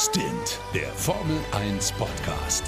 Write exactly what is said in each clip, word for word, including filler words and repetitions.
Stint, der Formel eins Podcast.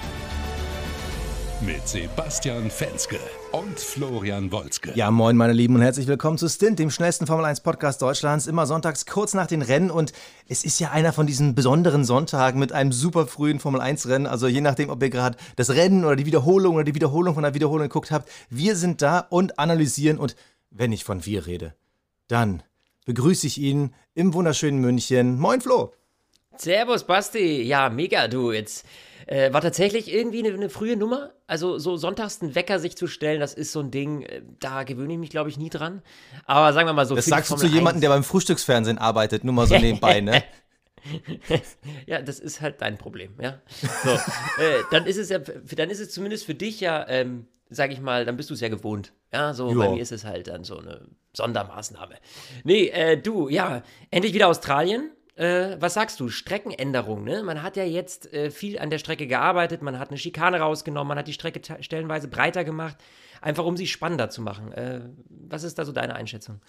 Mit Sebastian Fenske und Florian Wolzke. Ja, moin meine Lieben und herzlich willkommen zu Stint, dem schnellsten Formel eins Podcast Deutschlands. Immer sonntags kurz nach den Rennen und es ist ja einer von diesen besonderen Sonntagen mit einem super frühen Formel eins Rennen. Also je nachdem, ob ihr gerade das Rennen oder die Wiederholung oder die Wiederholung von der Wiederholung geguckt habt. Wir sind da und analysieren und wenn ich von wir rede, dann begrüße ich ihn im wunderschönen München. Moin Flo! Servus Basti, ja mega du, jetzt äh, war tatsächlich irgendwie eine, eine frühe Nummer, also so sonntags einen Wecker sich zu stellen, das ist so ein Ding, äh, da gewöhne ich mich glaube ich nie dran, aber sagen wir mal so. Das sagst du zu jemandem, der beim Frühstücksfernsehen arbeitet, nur mal so nebenbei, ne? Ja, das ist halt dein Problem, ja. So, äh, dann ist es ja, dann ist es zumindest für dich ja, ähm, sag ich mal, dann bist du es ja gewohnt. Ja, so Jo. Bei mir ist es halt dann so eine Sondermaßnahme. Nee, äh, du, ja, endlich wieder Australien. Äh, was sagst du? Streckenänderung, ne? Man hat ja jetzt äh, viel an der Strecke gearbeitet, man hat eine Schikane rausgenommen, man hat die Strecke te- stellenweise breiter gemacht, einfach um sie spannender zu machen. Äh, was ist da so deine Einschätzung?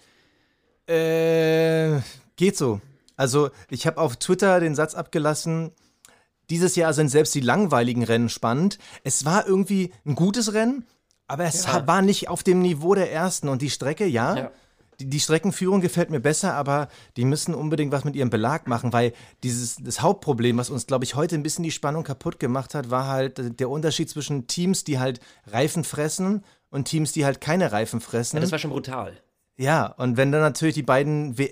Äh, geht so. Also ich habe auf Twitter den Satz abgelassen, dieses Jahr sind selbst die langweiligen Rennen spannend. Es war irgendwie ein gutes Rennen, aber es Ja. war nicht auf dem Niveau der ersten. Und die Strecke, ja, Ja. die, die Streckenführung gefällt mir besser, aber die müssen unbedingt was mit ihrem Belag machen, weil dieses das Hauptproblem, was uns, glaube ich, heute ein bisschen die Spannung kaputt gemacht hat, war halt der Unterschied zwischen Teams, die halt Reifen fressen und Teams, die halt keine Reifen fressen. Ja, das war schon brutal. Ja, und wenn dann natürlich die beiden W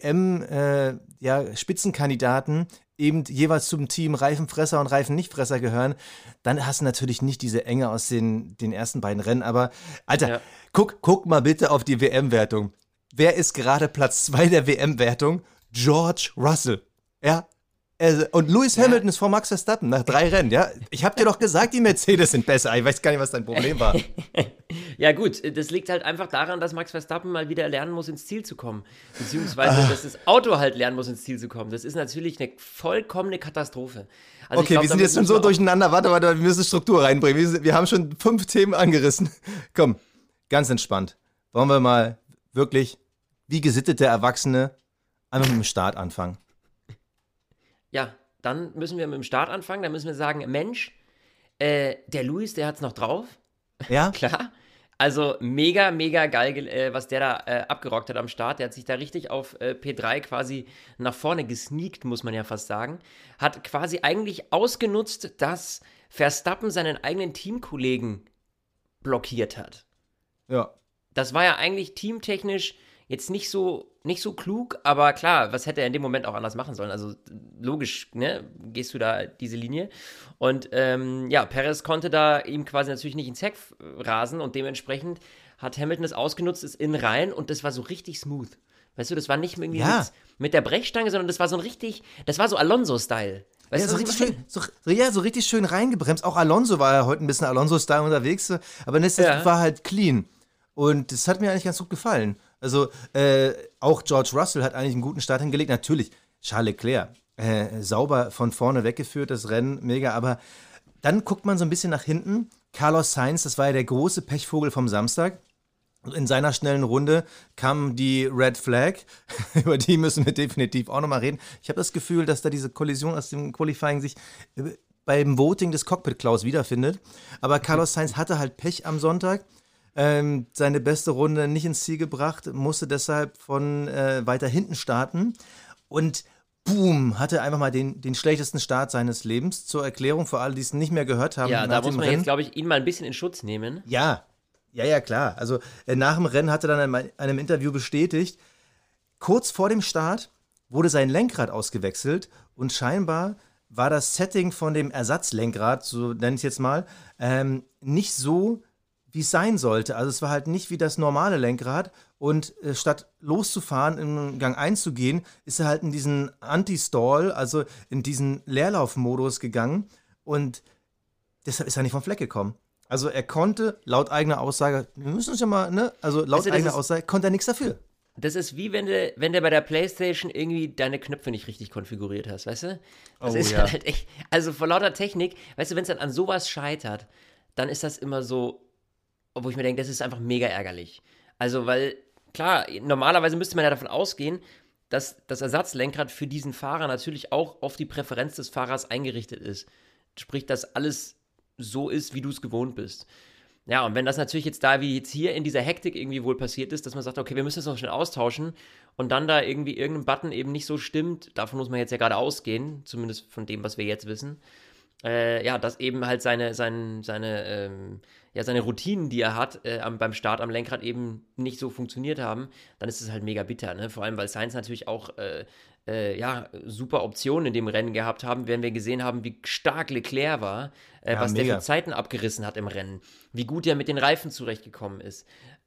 M-Spitzenkandidaten eben jeweils zum Team Reifenfresser und Reifennichtfresser gehören, dann hast du natürlich nicht diese Enge aus den, den ersten beiden Rennen. Aber, Alter, Ja. guck, guck mal bitte auf die W M-Wertung. Wer ist gerade Platz zwei der W M-Wertung? George Russell. Ja. Also, und Lewis Hamilton ist vor Max Verstappen nach drei Rennen, ja. Ich hab dir doch gesagt, die Mercedes sind besser. Ich weiß gar nicht, was dein Problem war. Ja gut, das liegt halt einfach daran, dass Max Verstappen mal wieder lernen muss, ins Ziel zu kommen. Beziehungsweise, dass das Auto halt lernen muss, ins Ziel zu kommen. Das ist natürlich eine vollkommene Katastrophe. Also ich Okay, glaub, wir sind da jetzt schon müssen so wir auch- durcheinander. Warte, warte, wir müssen Struktur reinbringen. Wir, sind, wir haben schon fünf Themen angerissen. Komm, ganz entspannt. Wollen wir mal wirklich, wie gesittete Erwachsene, einmal mit dem Start anfangen. Ja, dann müssen wir mit dem Start anfangen. Dann müssen wir sagen, Mensch, äh, der Luis, der hat's noch drauf. Ja? Klar. Also mega, mega geil, ge- äh, was der da äh, abgerockt hat am Start. Der hat sich da richtig auf äh, P drei quasi nach vorne gesneakt, muss man ja fast sagen. Hat quasi eigentlich ausgenutzt, dass Verstappen seinen eigenen Teamkollegen blockiert hat. Ja. Das war ja eigentlich teamtechnisch jetzt nicht so, nicht so klug, aber klar, was hätte er in dem Moment auch anders machen sollen? Also logisch, ne, gehst du da diese Linie. Und ähm, ja, Perez konnte da ihm quasi natürlich nicht ins Heck rasen und dementsprechend hat Hamilton das ausgenutzt, ist innen rein und das war so richtig smooth. Weißt du, das war nicht irgendwie Ja. mit, mit der Brechstange, sondern das war so ein richtig, das war so Alonso-Style. Weißt Ja, du, so was ich richtig meine? schön, so, so, ja, so richtig schön reingebremst. Auch Alonso war ja heute ein bisschen Alonso-Style unterwegs, so, aber das Ja. war halt clean. Und das hat mir eigentlich ganz gut gefallen. Also äh, auch George Russell hat eigentlich einen guten Start hingelegt. Natürlich, Charles Leclerc, äh, sauber von vorne weggeführt, das Rennen, mega. Aber dann guckt man so ein bisschen nach hinten. Carlos Sainz, das war ja der große Pechvogel vom Samstag. Und in seiner schnellen Runde kam die Red Flag. Über die müssen wir definitiv auch nochmal reden. Ich habe das Gefühl, dass da diese Kollision aus dem Qualifying sich äh, beim Voting des Cockpit-Klaus wiederfindet. Aber Carlos Sainz hatte halt Pech am Sonntag. Ähm, seine beste Runde nicht ins Ziel gebracht, musste deshalb von äh, weiter hinten starten und boom, hatte einfach mal den, den schlechtesten Start seines Lebens. Zur Erklärung für alle, die es nicht mehr gehört haben. Ja, nach da muss dem man Rennen. jetzt, glaube ich, ihn mal ein bisschen in Schutz nehmen. Ja, ja, ja, klar. Also äh, nach dem Rennen hat er dann in einem Interview bestätigt, kurz vor dem Start wurde sein Lenkrad ausgewechselt und scheinbar war das Setting von dem Ersatzlenkrad, so nenne ich es jetzt mal, ähm, nicht so, wie es sein sollte. Also es war halt nicht wie das normale Lenkrad und äh, statt loszufahren, in Gang eins zu gehen, ist er halt in diesen Anti-Stall, also in diesen Leerlaufmodus gegangen und deshalb ist er nicht vom Fleck gekommen. Also er konnte, laut eigener Aussage, wir müssen uns ja mal, ne, also laut Weißt du, das eigener ist- Aussage, konnte er nichts dafür. Das ist wie wenn du, wenn du bei der PlayStation irgendwie deine Knöpfe nicht richtig konfiguriert hast, weißt du? Das Oh, ist ja. halt echt, also vor lauter Technik, weißt du, wenn es dann an sowas scheitert, dann ist das immer so, wo ich mir denke, das ist einfach mega ärgerlich. Also, weil, klar, normalerweise müsste man ja davon ausgehen, dass das Ersatzlenkrad für diesen Fahrer natürlich auch auf die Präferenz des Fahrers eingerichtet ist. Sprich, dass alles so ist, wie du es gewohnt bist. Ja, und wenn das natürlich jetzt da, wie jetzt hier in dieser Hektik irgendwie wohl passiert ist, dass man sagt, okay, wir müssen das noch schnell austauschen und dann da irgendwie irgendein Button eben nicht so stimmt, davon muss man jetzt ja gerade ausgehen, zumindest von dem, was wir jetzt wissen, äh, ja, dass eben halt seine, seine, seine, ähm, ja, seine Routinen, die er hat, äh, am, beim Start am Lenkrad eben nicht so funktioniert haben, dann ist es halt mega bitter, ne? Vor allem, weil Sainz natürlich auch, äh, äh, ja, super Optionen in dem Rennen gehabt haben, während wir gesehen haben, wie stark Leclerc war, äh, Ja, was mega. der für Zeiten abgerissen hat im Rennen, wie gut er mit den Reifen zurechtgekommen ist.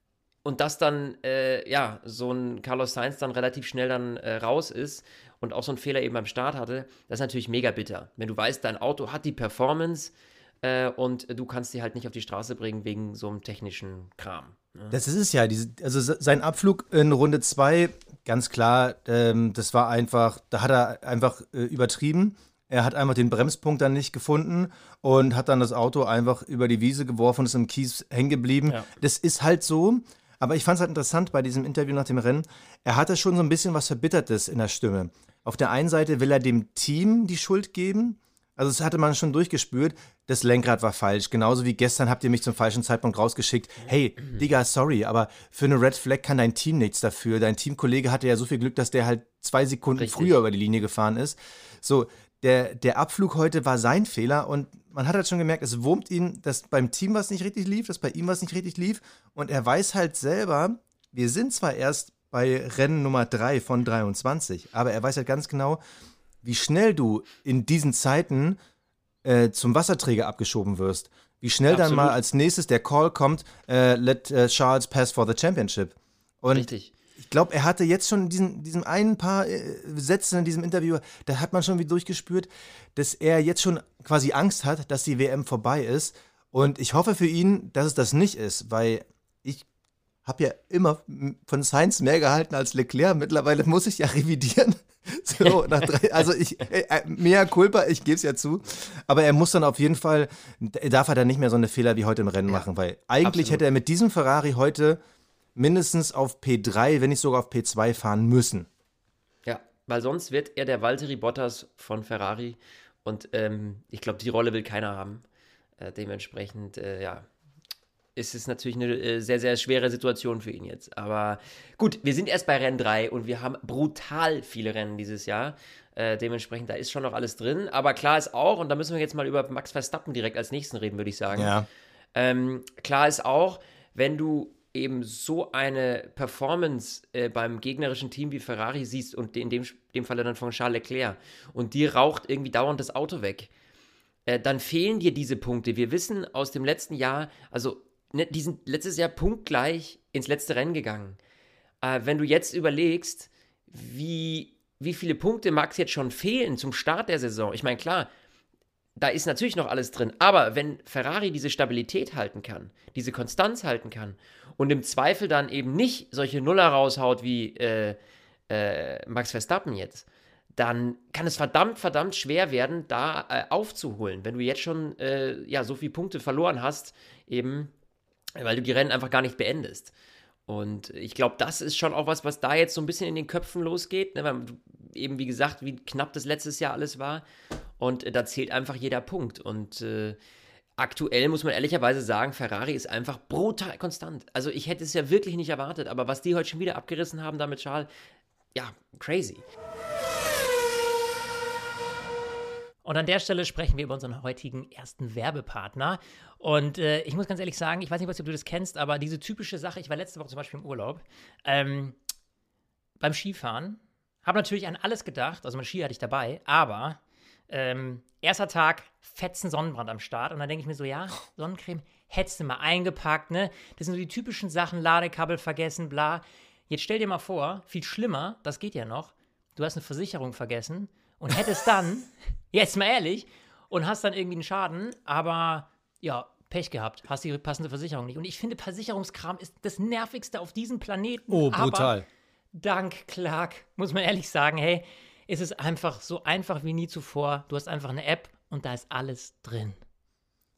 Und dass dann, äh, ja, so ein Carlos Sainz dann relativ schnell dann äh, raus ist und auch so einen Fehler eben beim Start hatte, das ist natürlich mega bitter. Wenn du weißt, dein Auto hat die Performance äh, und du kannst die halt nicht auf die Straße bringen wegen so einem technischen Kram. Ne? Das ist es ja. Diese, also sein Abflug in Runde zwei, ganz klar, ähm, das war einfach, da hat er einfach äh, übertrieben. Er hat einfach den Bremspunkt dann nicht gefunden und hat dann das Auto einfach über die Wiese geworfen und ist im Kies hängen geblieben. Ja. Das ist halt so. Aber ich fand es halt interessant bei diesem Interview nach dem Rennen. Er hatte schon so ein bisschen was Verbittertes in der Stimme. Auf der einen Seite will er dem Team die Schuld geben. Also das hatte man schon durchgespürt. Das Lenkrad war falsch. Genauso wie gestern habt ihr mich zum falschen Zeitpunkt rausgeschickt. Hey, Digga, sorry, aber für eine Red Flag kann dein Team nichts dafür. Dein Teamkollege hatte ja so viel Glück, dass der halt zwei Sekunden Richtig. früher über die Linie gefahren ist. So, der, der Abflug heute war sein Fehler und man hat halt schon gemerkt, es wurmt ihn, dass beim Team was nicht richtig lief, dass bei ihm was nicht richtig lief und er weiß halt selber, wir sind zwar erst bei Rennen Nummer drei von dreiundzwanzig, aber er weiß halt ganz genau, wie schnell du in diesen Zeiten äh, zum Wasserträger abgeschoben wirst. Wie schnell dann Absolut. mal als nächstes der Call kommt, äh, let äh, Charles pass for the championship. Und Richtig. ich glaube, er hatte jetzt schon diesen, diesen einen paar äh, Sätze in diesem Interview, da hat man schon wie durchgespürt, dass er jetzt schon quasi Angst hat, dass die W M vorbei ist. Und ich hoffe für ihn, dass es das nicht ist, weil ich habe ja immer von Sainz mehr gehalten als Leclerc. Mittlerweile muss ich ja revidieren. So, nach drei, also ich, äh, mehr Culpa, ich gebe es ja zu. Aber er muss dann auf jeden Fall, darf er dann nicht mehr so eine Fehler wie heute im Rennen Ja, machen, weil eigentlich absolut. hätte er mit diesem Ferrari heute mindestens auf P drei, wenn nicht sogar auf P zwei fahren müssen. Ja, weil sonst wird er der Valtteri Bottas von Ferrari und ähm, ich glaube, die Rolle will keiner haben. Äh, dementsprechend, äh, ja, ist es natürlich eine äh, sehr, sehr schwere Situation für ihn jetzt. Aber gut, wir sind erst bei Rennen drei und wir haben brutal viele Rennen dieses Jahr. Äh, dementsprechend, da ist schon noch alles drin. Aber klar ist auch, und da müssen wir jetzt mal über Max Verstappen direkt als nächsten reden, würde ich sagen. Ja. Ähm, klar ist auch, wenn du eben so eine Performance äh, beim gegnerischen Team wie Ferrari siehst und in dem, dem Falle dann von Charles Leclerc und dir raucht irgendwie dauernd das Auto weg, äh, dann fehlen dir diese Punkte. Wir wissen aus dem letzten Jahr, also ne, die sind letztes Jahr punktgleich ins letzte Rennen gegangen. Äh, wenn du jetzt überlegst, wie, wie viele Punkte Max jetzt schon fehlen zum Start der Saison, ich meine, klar, da ist natürlich noch alles drin, aber wenn Ferrari diese Stabilität halten kann, diese Konstanz halten kann und im Zweifel dann eben nicht solche Nuller raushaut wie äh, äh, Max Verstappen jetzt, dann kann es verdammt, verdammt schwer werden, da äh, aufzuholen, wenn du jetzt schon äh, ja, so viele Punkte verloren hast, eben, weil du die Rennen einfach gar nicht beendest. Und ich glaube, das ist schon auch was, was da jetzt so ein bisschen in den Köpfen losgeht, ne? Weil eben, wie gesagt, wie knapp das letztes Jahr alles war. Und äh, da zählt einfach jeder Punkt. Und äh, aktuell muss man ehrlicherweise sagen, Ferrari ist einfach brutal konstant. Also ich hätte es ja wirklich nicht erwartet, aber was die heute schon wieder abgerissen haben da mit Charles, ja, crazy. Und an der Stelle sprechen wir über unseren heutigen ersten Werbepartner. Und äh, ich muss ganz ehrlich sagen, ich weiß nicht, ob du das kennst, aber diese typische Sache, ich war letzte Woche zum Beispiel im Urlaub, ähm, beim Skifahren, habe natürlich an alles gedacht, also mein Ski hatte ich dabei, aber ähm, erster Tag, fetzen Sonnenbrand am Start. Und dann denke ich mir so, ja, Sonnencreme hättest du mal eingepackt, ne? Das sind so die typischen Sachen, Ladekabel vergessen, bla. Jetzt stell dir mal vor, viel schlimmer, das geht ja noch, du hast eine Versicherung vergessen und hättest dann, jetzt mal ehrlich, und hast dann irgendwie einen Schaden, aber ja, Pech gehabt, hast die passende Versicherung nicht. Und ich finde, Versicherungskram ist das Nervigste auf diesem Planeten. Oh, brutal. Aber dank Clark, muss man ehrlich sagen, hey, es ist einfach so einfach wie nie zuvor. Du hast einfach eine App und da ist alles drin.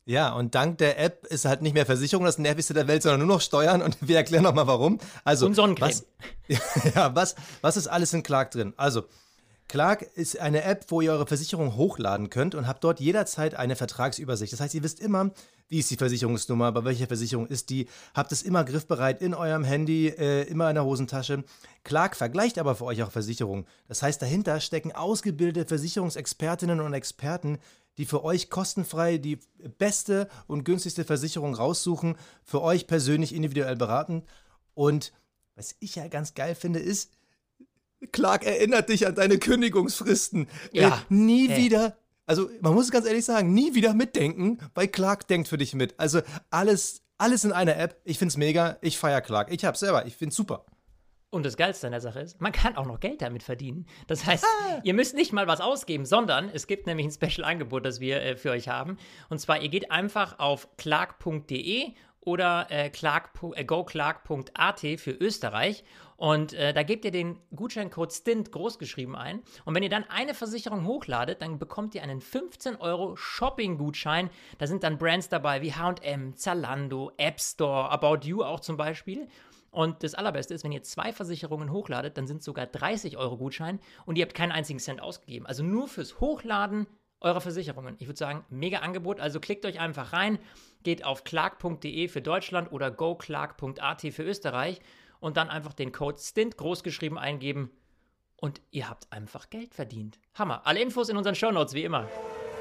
Ja, und dank der App ist halt nicht mehr Versicherung das Nervigste der Welt, sondern nur noch Steuern. Und wir erklären nochmal, warum. Also, Und Sonnencreme. Was, ja, was, was ist alles in Clark drin? Also, Clark ist eine App, wo ihr eure Versicherung hochladen könnt und habt dort jederzeit eine Vertragsübersicht. Das heißt, ihr wisst immer, wie ist die Versicherungsnummer, bei welcher Versicherung ist die, habt es immer griffbereit in eurem Handy, äh, immer in der Hosentasche. Clark vergleicht aber für euch auch Versicherungen. Das heißt, dahinter stecken ausgebildete Versicherungsexpertinnen und Experten, die für euch kostenfrei die beste und günstigste Versicherung raussuchen, für euch persönlich individuell beraten. Und was ich ja ganz geil finde, ist, Clark erinnert dich an deine Kündigungsfristen. Ja. Äh, nie Äh. wieder, also man muss ganz ehrlich sagen, nie wieder mitdenken, weil Clark denkt für dich mit. Also alles, alles in einer App. Ich find's mega, ich feier Clark. Ich hab's selber, ich find's super. Und das Geilste an der Sache ist, man kann auch noch Geld damit verdienen. Das heißt, ihr müsst nicht mal was ausgeben, sondern es gibt nämlich ein Special-Angebot, das wir äh, für euch haben. Und zwar, ihr geht einfach auf clark punkt de oder äh, clark, äh, goclark punkt at für Österreich. Und äh, da gebt ihr den Gutscheincode STINT großgeschrieben ein. Und wenn ihr dann eine Versicherung hochladet, dann bekommt ihr einen fünfzehn Euro Shopping-Gutschein. Da sind dann Brands dabei wie H und M, Zalando, App Store, About You auch zum Beispiel. Und das Allerbeste ist, wenn ihr zwei Versicherungen hochladet, dann sind es sogar dreißig Euro Gutschein und ihr habt keinen einzigen Cent ausgegeben. Also nur fürs Hochladen eurer Versicherungen. Ich würde sagen, mega Angebot. Also klickt euch einfach rein, geht auf clark punkt de für Deutschland oder goclark punkt at für Österreich und dann einfach den Code STINT großgeschrieben eingeben und ihr habt einfach Geld verdient. Hammer. Alle Infos in unseren Shownotes, wie immer.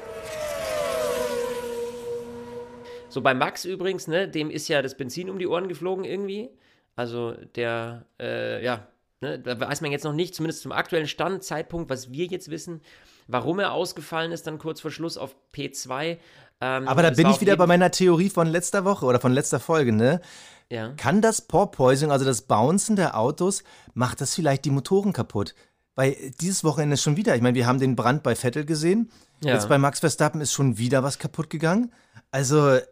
So bei Max übrigens, ne, dem ist ja das Benzin um die Ohren geflogen irgendwie. Also der, äh, ja, ne, da weiß man jetzt noch nicht, zumindest zum aktuellen Stand, Zeitpunkt, was wir jetzt wissen, warum er ausgefallen ist, dann kurz vor Schluss auf P zwei. Ähm, Aber da das bin war ich auf wieder jeden- bei meiner Theorie von letzter Woche oder von letzter Folge, ne? Ja. Kann das Porpoising, also das Bouncen der Autos, macht das vielleicht die Motoren kaputt? Weil dieses Wochenende ist schon wieder, ich meine, wir haben den Brand bei Vettel gesehen, Ja. jetzt bei Max Verstappen ist schon wieder was kaputt gegangen. Also, äh,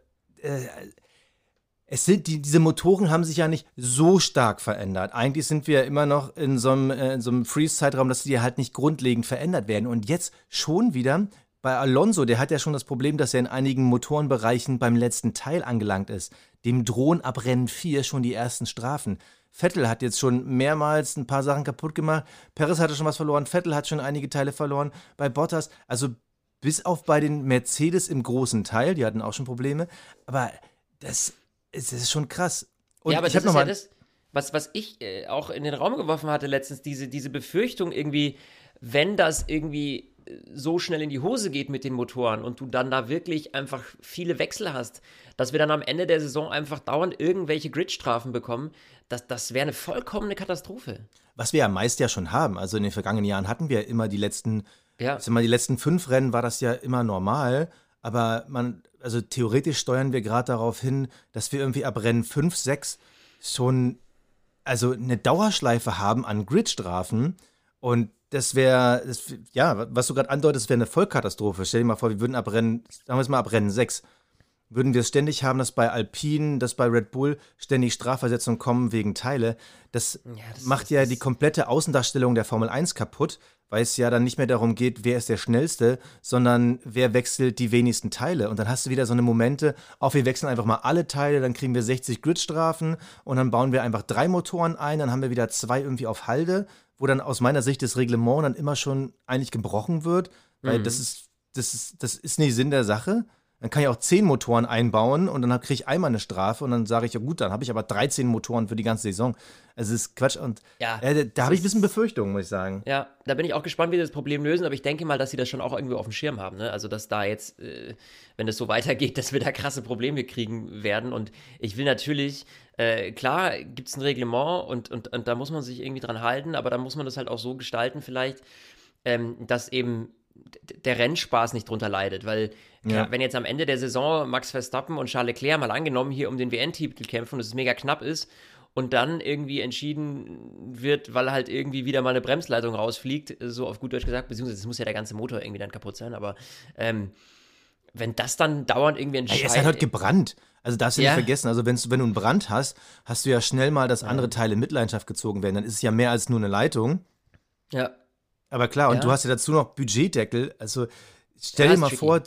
es sind, die, diese Motoren haben sich ja nicht so stark verändert. Eigentlich sind wir immer noch in so einem, äh, in so einem Freeze-Zeitraum, dass die halt nicht grundlegend verändert werden. Und jetzt schon wieder bei Alonso, der hat ja schon das Problem, dass er in einigen Motorenbereichen beim letzten Teil angelangt ist. Dem drohen ab Rennen vier schon die ersten Strafen. Vettel hat jetzt schon mehrmals ein paar Sachen kaputt gemacht. Perez hatte schon was verloren. Vettel hat schon einige Teile verloren. Bei Bottas, also bis auf bei den Mercedes im großen Teil, die hatten auch schon Probleme. Aber das, das ist schon krass. Und ja, aber ich das hab noch ist ja mal, das, was, was ich äh, auch in den Raum geworfen hatte letztens, diese, diese Befürchtung irgendwie, wenn das irgendwie so schnell in die Hose geht mit den Motoren und du dann da wirklich einfach viele Wechsel hast, dass wir dann am Ende der Saison einfach dauernd irgendwelche Gridstrafen bekommen, das, das wäre eine vollkommene Katastrophe. was wir ja meist ja schon haben, also in den vergangenen Jahren hatten wir immer die letzten, Ja. ich sag mal, die letzten fünf Rennen war das ja immer normal, aber man, also theoretisch steuern wir gerade darauf hin, dass wir irgendwie ab Rennen fünf, sechs schon, also eine Dauerschleife haben an Gridstrafen und das wäre, das, ja, was du gerade andeutest, wäre eine Vollkatastrophe. Stell dir mal vor, wir würden ab Rennen, sagen wir es mal ab Rennen sechs, würden wir es ständig haben, dass bei Alpine, dass bei Red Bull ständig Strafversetzungen kommen wegen Teile. Das, Ja, das- macht das- ja das- die komplette Außendarstellung der Formel eins kaputt, weil es ja dann nicht mehr darum geht, wer ist der Schnellste, sondern wer wechselt die wenigsten Teile. Und dann hast du wieder so eine Momente, auf wir wechseln einfach mal alle Teile, dann kriegen wir sechzig Gridstrafen und dann bauen wir einfach drei Motoren ein, dann haben wir wieder zwei irgendwie auf Halde, wo dann aus meiner Sicht das Reglement dann immer schon eigentlich gebrochen wird, weil Mhm. das ist, das ist, das ist nicht Sinn der Sache. Dann kann ich auch zehn Motoren einbauen und dann kriege ich einmal eine Strafe und dann sage ich, ja gut, dann habe ich aber dreizehn Motoren für die ganze Saison. Also das ist Quatsch und Ja, äh, da das habe ich ein ist- bisschen Befürchtungen, muss ich sagen. Ja, da bin ich auch gespannt, wie sie das Problem lösen, aber ich denke mal, dass sie das schon auch irgendwie auf dem Schirm haben, ne? Also, dass da jetzt, äh, wenn es so weitergeht, dass wir da krasse Probleme kriegen werden und ich will natürlich, äh, klar, gibt es ein Reglement und, und, und da muss man sich irgendwie dran halten, aber da muss man das halt auch so gestalten vielleicht, ähm, dass eben d- der Rennspaß nicht drunter leidet, weil klar, Ja. wenn jetzt am Ende der Saison Max Verstappen und Charles Leclerc mal angenommen hier um den W M-Titel kämpfen und es mega knapp ist und dann irgendwie entschieden wird, weil halt irgendwie wieder mal eine Bremsleitung rausfliegt, so auf gut Deutsch gesagt, beziehungsweise es muss ja der ganze Motor irgendwie dann kaputt sein, aber ähm, wenn das dann dauernd irgendwie Ey, es hat entscheidet. halt gebrannt. Also darfst du Ja. nicht vergessen, also wenn's, wenn du einen Brand hast, hast du ja schnell mal, dass andere Teile in Mitleidenschaft gezogen werden. Dann ist es ja mehr als nur eine Leitung. Ja, Aber klar, und Ja. du hast ja dazu noch Budgetdeckel. Also stell Ja, dir ist mal tricky. vor,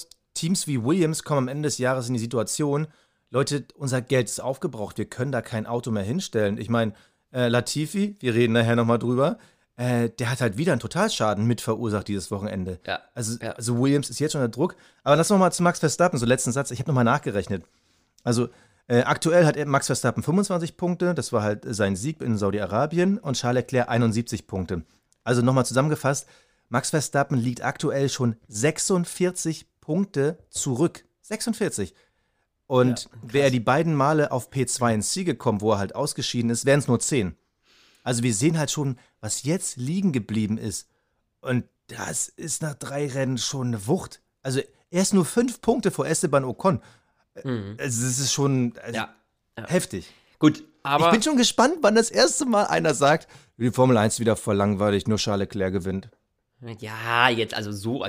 Teams wie Williams kommen am Ende des Jahres in die Situation, Leute, unser Geld ist aufgebraucht, wir können da kein Auto mehr hinstellen. Ich meine, äh, Latifi, wir reden nachher nochmal drüber, äh, der hat halt wieder einen Totalschaden mit verursacht dieses Wochenende. Ja, also, ja. also Williams ist jetzt schon unter Druck. Aber lass nochmal zu Max Verstappen, so letzten Satz, ich habe nochmal nachgerechnet. Also äh, aktuell hat Max Verstappen fünfundzwanzig Punkte, das war halt sein Sieg in Saudi-Arabien, und Charles Leclerc einundsiebzig Punkte. Also nochmal zusammengefasst, Max Verstappen liegt aktuell schon sechsundvierzig Punkte zurück. sechsundvierzig. Und Ja, wäre er die beiden Male auf P zwei ins Ziel gekommen, wo er halt ausgeschieden ist, wären es nur zehn. Also wir sehen halt schon, was jetzt liegen geblieben ist. Und das ist nach drei Rennen schon eine Wucht. Also er ist nur fünf Punkte vor Esteban Ocon. Mhm. Also das ist schon also Ja, ja. heftig. Gut, aber Ich bin schon gespannt, wann das erste Mal einer sagt, die Formel eins wieder voll langweilig, nur Charles Leclerc gewinnt. ja, jetzt also so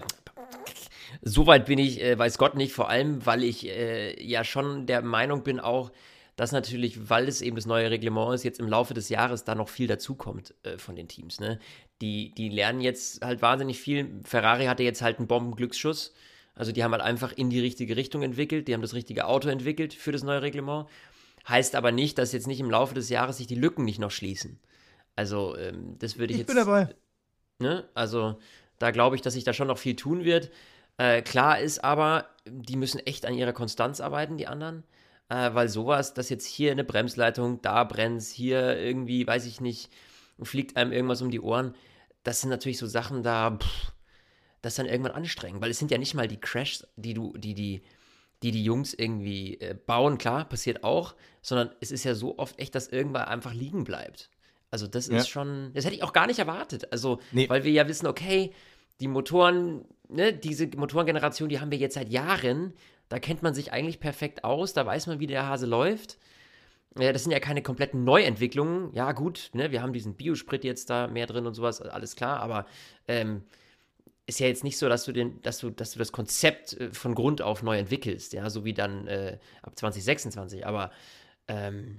so weit bin ich, äh, weiß Gott nicht, vor allem, weil ich äh, ja schon der Meinung bin auch, dass natürlich, weil es eben das neue Reglement ist, jetzt im Laufe des Jahres da noch viel dazukommt äh, von den Teams. Ne? Die, die lernen jetzt halt wahnsinnig viel. Ferrari hatte jetzt halt einen Bombenglücksschuss. Also die haben halt einfach in die richtige Richtung entwickelt. Die haben das richtige Auto entwickelt für das neue Reglement. Heißt aber nicht, dass jetzt nicht im Laufe des Jahres sich die Lücken nicht noch schließen. Also ähm, das würde ich, Ich jetzt... bin dabei. Ne? Also da glaube ich, dass sich da schon noch viel tun wird. Äh, klar ist aber, die müssen echt an ihrer Konstanz arbeiten, die anderen. Äh, weil sowas, dass jetzt hier eine Bremsleitung, da brennt hier irgendwie, weiß ich nicht, fliegt einem irgendwas um die Ohren. Das sind natürlich so Sachen, da, pff, das ist dann irgendwann anstrengend. Weil es sind ja nicht mal die Crashs, die du, die, die, die, die Jungs irgendwie äh, bauen, klar, passiert auch, sondern es ist ja so oft echt, dass irgendwann einfach liegen bleibt. Also das Ja. ist schon, das hätte ich auch gar nicht erwartet. Also, Nee. weil wir ja wissen, okay, die Motoren, ne, diese Motorengeneration, die haben wir jetzt seit Jahren. Da kennt man sich eigentlich perfekt aus, da weiß man, wie der Hase läuft. Ja, das sind ja keine kompletten Neuentwicklungen. Ja, gut, ne, wir haben diesen Biosprit jetzt da mehr drin und sowas, alles klar, aber ähm, ist ja jetzt nicht so, dass du den, dass du, dass du das Konzept äh, von Grund auf neu entwickelst, ja, so wie dann äh, ab zwanzig sechsundzwanzig, aber ähm,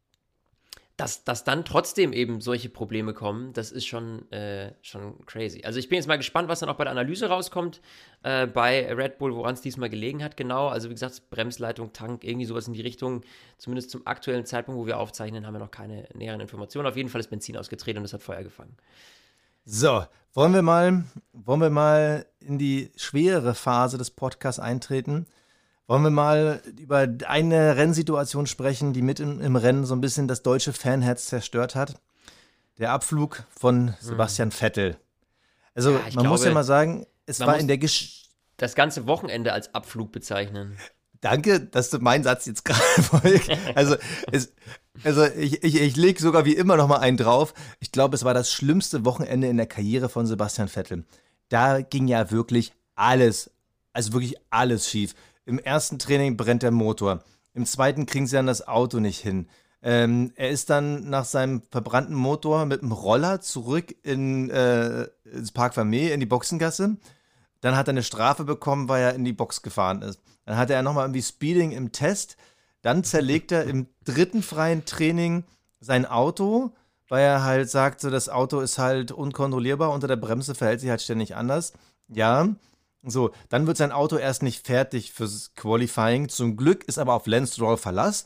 dass, dass dann trotzdem eben solche Probleme kommen, das ist schon, äh, schon crazy. Also ich bin jetzt mal gespannt, was dann auch bei der Analyse rauskommt, äh, bei Red Bull, woran es diesmal gelegen hat, genau. Also wie gesagt, Bremsleitung, Tank, irgendwie sowas in die Richtung. Zumindest zum aktuellen Zeitpunkt, wo wir aufzeichnen, haben wir noch keine näheren Informationen. Auf jeden Fall ist Benzin ausgetreten und es hat Feuer gefangen. So, wollen wir mal, wollen wir mal in die schwerere Phase des Podcasts eintreten? Wollen wir mal über eine Rennsituation sprechen, die mit im, im Rennen so ein bisschen das deutsche Fanherz zerstört hat? Der Abflug von Sebastian Vettel. Also Ja, ich man muss ja glaube, mal sagen, es man war muss- in der Gesch Das ganze Wochenende als Abflug bezeichnen. Danke, dass du meinen Satz jetzt gerade folgst. Also, es, also ich, ich, ich lege sogar wie immer noch mal einen drauf. Ich glaube, es war das schlimmste Wochenende in der Karriere von Sebastian Vettel. Da ging ja wirklich alles, also wirklich alles schief. Im ersten Training brennt der Motor. Im zweiten kriegen sie dann das Auto nicht hin. Ähm, er ist dann nach seinem verbrannten Motor mit dem Roller zurück in, äh, ins Park Vermeer, in die Boxengasse. Dann hat er eine Strafe bekommen, weil er in die Box gefahren ist. Dann hatte er nochmal irgendwie Speeding im Test. Dann zerlegt er im dritten freien Training sein Auto, weil er halt sagt, so, das Auto ist halt unkontrollierbar, unter der Bremse verhält sich halt ständig anders. Ja, so, dann wird sein Auto erst nicht fertig fürs Qualifying. Zum Glück ist aber auf Lance Stroll Verlass.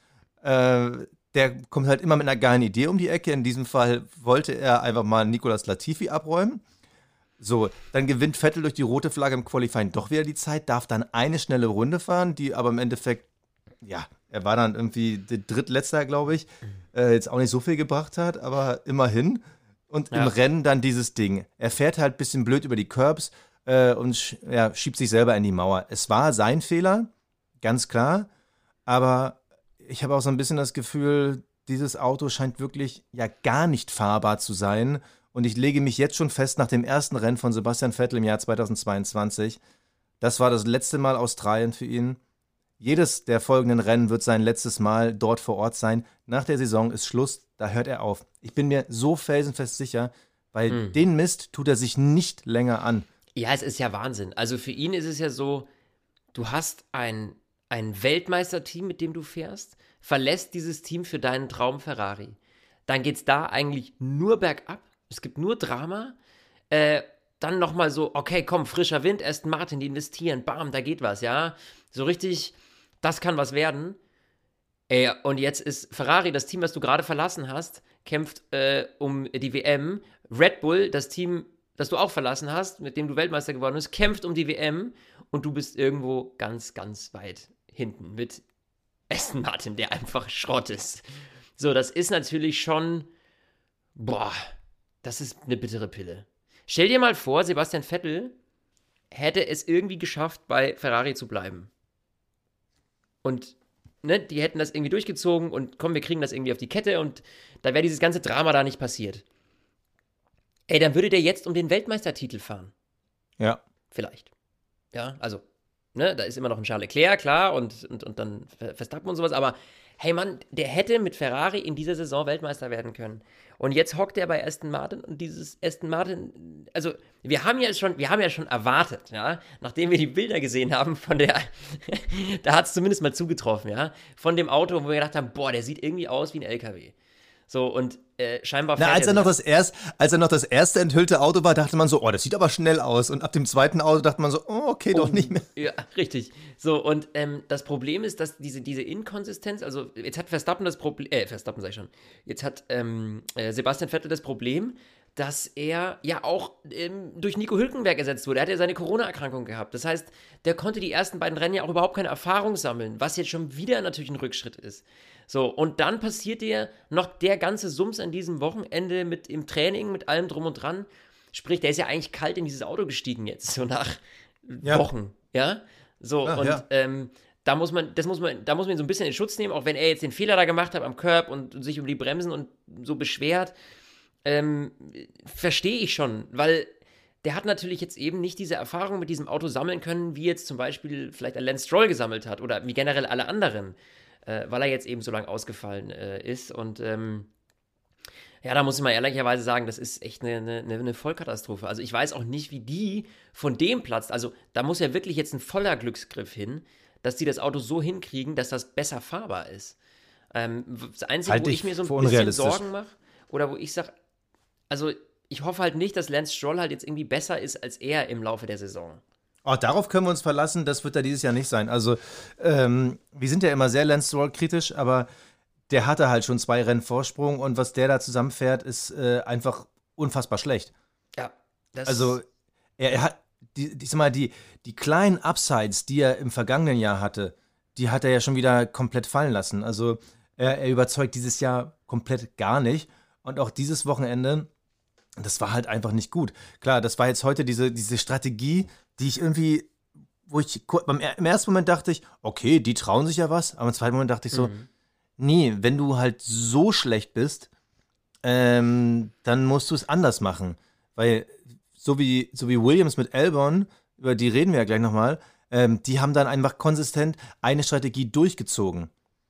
Äh, der kommt halt immer mit einer geilen Idee um die Ecke. In diesem Fall wollte er einfach mal Nicolas Latifi abräumen. So, dann gewinnt Vettel durch die rote Flagge im Qualifying doch wieder die Zeit, darf dann eine schnelle Runde fahren, die aber im Endeffekt, ja, er war dann irgendwie der Drittletzter, glaube ich, äh, jetzt auch nicht so viel gebracht hat, aber immerhin. Und Ja. im Rennen dann dieses Ding. Er fährt halt ein bisschen blöd über die Curbs äh, und sch ja, schiebt sich selber in die Mauer. Es war sein Fehler, ganz klar, aber ich habe auch so ein bisschen das Gefühl, dieses Auto scheint wirklich ja gar nicht fahrbar zu sein. Und ich lege mich jetzt schon fest, nach dem ersten Rennen von Sebastian Vettel im Jahr zweitausendzweiundzwanzig, das war das letzte Mal Australien für ihn. Jedes der folgenden Rennen wird sein letztes Mal dort vor Ort sein. Nach der Saison ist Schluss, da hört er auf. Ich bin mir so felsenfest sicher, weil Hm. den Mist tut er sich nicht länger an. Ja, es ist ja Wahnsinn. Also für ihn ist es ja so, du hast ein, ein Weltmeisterteam, mit dem du fährst, verlässt dieses Team für deinen Traum Ferrari. Dann geht es da eigentlich nur bergab. Es gibt nur Drama. Äh, dann nochmal so, okay, komm, frischer Wind, Aston Martin, die investieren, bam, da geht was, ja. So richtig, das kann was werden. Ey, und jetzt ist Ferrari, das Team, das du gerade verlassen hast, kämpft äh, um die W M. Red Bull, das Team, das du auch verlassen hast, mit dem du Weltmeister geworden bist, kämpft um die W M und du bist irgendwo ganz, ganz weit hinten mit Aston Martin, der einfach Schrott ist. So, das ist natürlich schon, boah, das ist eine bittere Pille. Stell dir mal vor, Sebastian Vettel hätte es irgendwie geschafft, bei Ferrari zu bleiben. Und Ne, die hätten das irgendwie durchgezogen und komm, wir kriegen das irgendwie auf die Kette und da wäre dieses ganze Drama da nicht passiert. Ey, dann würde der jetzt um den Weltmeistertitel fahren. Ja. Vielleicht. Ja, also, ne, da ist immer noch ein Charles Leclerc, klar, und, und, und dann Verstappen und sowas, aber hey Mann, der hätte mit Ferrari in dieser Saison Weltmeister werden können. Und jetzt hockt er bei Aston Martin und dieses Aston Martin, also wir haben ja schon, wir haben ja schon erwartet, ja, nachdem wir die Bilder gesehen haben von der, da hat es zumindest mal zugetroffen, ja, von dem Auto, wo wir gedacht haben, boah, der sieht irgendwie aus wie ein L K W. So, und äh, scheinbar Na, als er, noch das erst, als er noch das erste enthüllte Auto war, dachte man so, oh, das sieht aber schnell aus. Und ab dem zweiten Auto dachte man so, oh, okay, oh, doch nicht mehr. Ja, richtig. So, und ähm, das Problem ist, dass diese, diese Inkonsistenz, also jetzt hat Verstappen das Problem, äh, Verstappen sag ich schon, jetzt hat ähm, äh, Sebastian Vettel das Problem, dass er ja auch ähm, durch Nico Hülkenberg ersetzt wurde. Er hat ja seine Corona-Erkrankung gehabt. Das heißt, der konnte die ersten beiden Rennen ja auch überhaupt keine Erfahrung sammeln, was jetzt schon wieder natürlich ein Rückschritt ist. So, und dann passiert dir noch der ganze Sums an diesem Wochenende mit im Training, mit allem drum und dran. Sprich, der ist ja eigentlich kalt in dieses Auto gestiegen jetzt, so nach ja. Wochen, ja? So, ja, und ja. Ähm, da muss man, das muss man, da muss man ihn so ein bisschen in Schutz nehmen, auch wenn er jetzt den Fehler da gemacht hat am Curb und sich um die Bremsen und so beschwert, ähm, verstehe ich schon, weil der hat natürlich jetzt eben nicht diese Erfahrung mit diesem Auto sammeln können, wie jetzt zum Beispiel vielleicht ein Lance Stroll gesammelt hat oder wie generell alle anderen. Äh, weil er jetzt eben so lange ausgefallen äh, ist. Und ähm, ja, da muss ich mal ehrlicherweise sagen, das ist echt eine, eine, eine Vollkatastrophe. Also ich weiß auch nicht, wie die von dem Platz, also da muss ja wirklich jetzt ein voller Glücksgriff hin, dass die das Auto so hinkriegen, dass das besser fahrbar ist. Ähm, das Einzige, halt wo ich mir so ein bisschen Sorgen mache, oder wo ich sage, also ich hoffe halt nicht, dass Lance Stroll halt jetzt irgendwie besser ist als er im Laufe der Saison. Oh, darauf können wir uns verlassen, das wird da dieses Jahr nicht sein. Also, ähm, wir sind ja immer sehr Lance Stroll kritisch, aber der hatte halt schon zwei Rennen Vorsprung und was der da zusammenfährt, ist äh, einfach unfassbar schlecht. Ja, das Also, er, er hat, die, die, sag mal, die, die kleinen Upsides, die er im vergangenen Jahr hatte, die hat er ja schon wieder komplett fallen lassen. Also, er, er überzeugt dieses Jahr komplett gar nicht. Und auch dieses Wochenende, das war halt einfach nicht gut. Klar, das war jetzt heute diese, diese Strategie, die ich irgendwie, wo ich beim, im ersten Moment dachte ich, okay, die trauen sich ja was, aber im zweiten Moment dachte ich so, Mhm. nee, wenn du halt so schlecht bist, ähm, dann musst du es anders machen. Weil so wie, so wie Williams mit Albon, über die reden wir ja gleich nochmal, ähm, die haben dann einfach konsistent eine Strategie durchgezogen.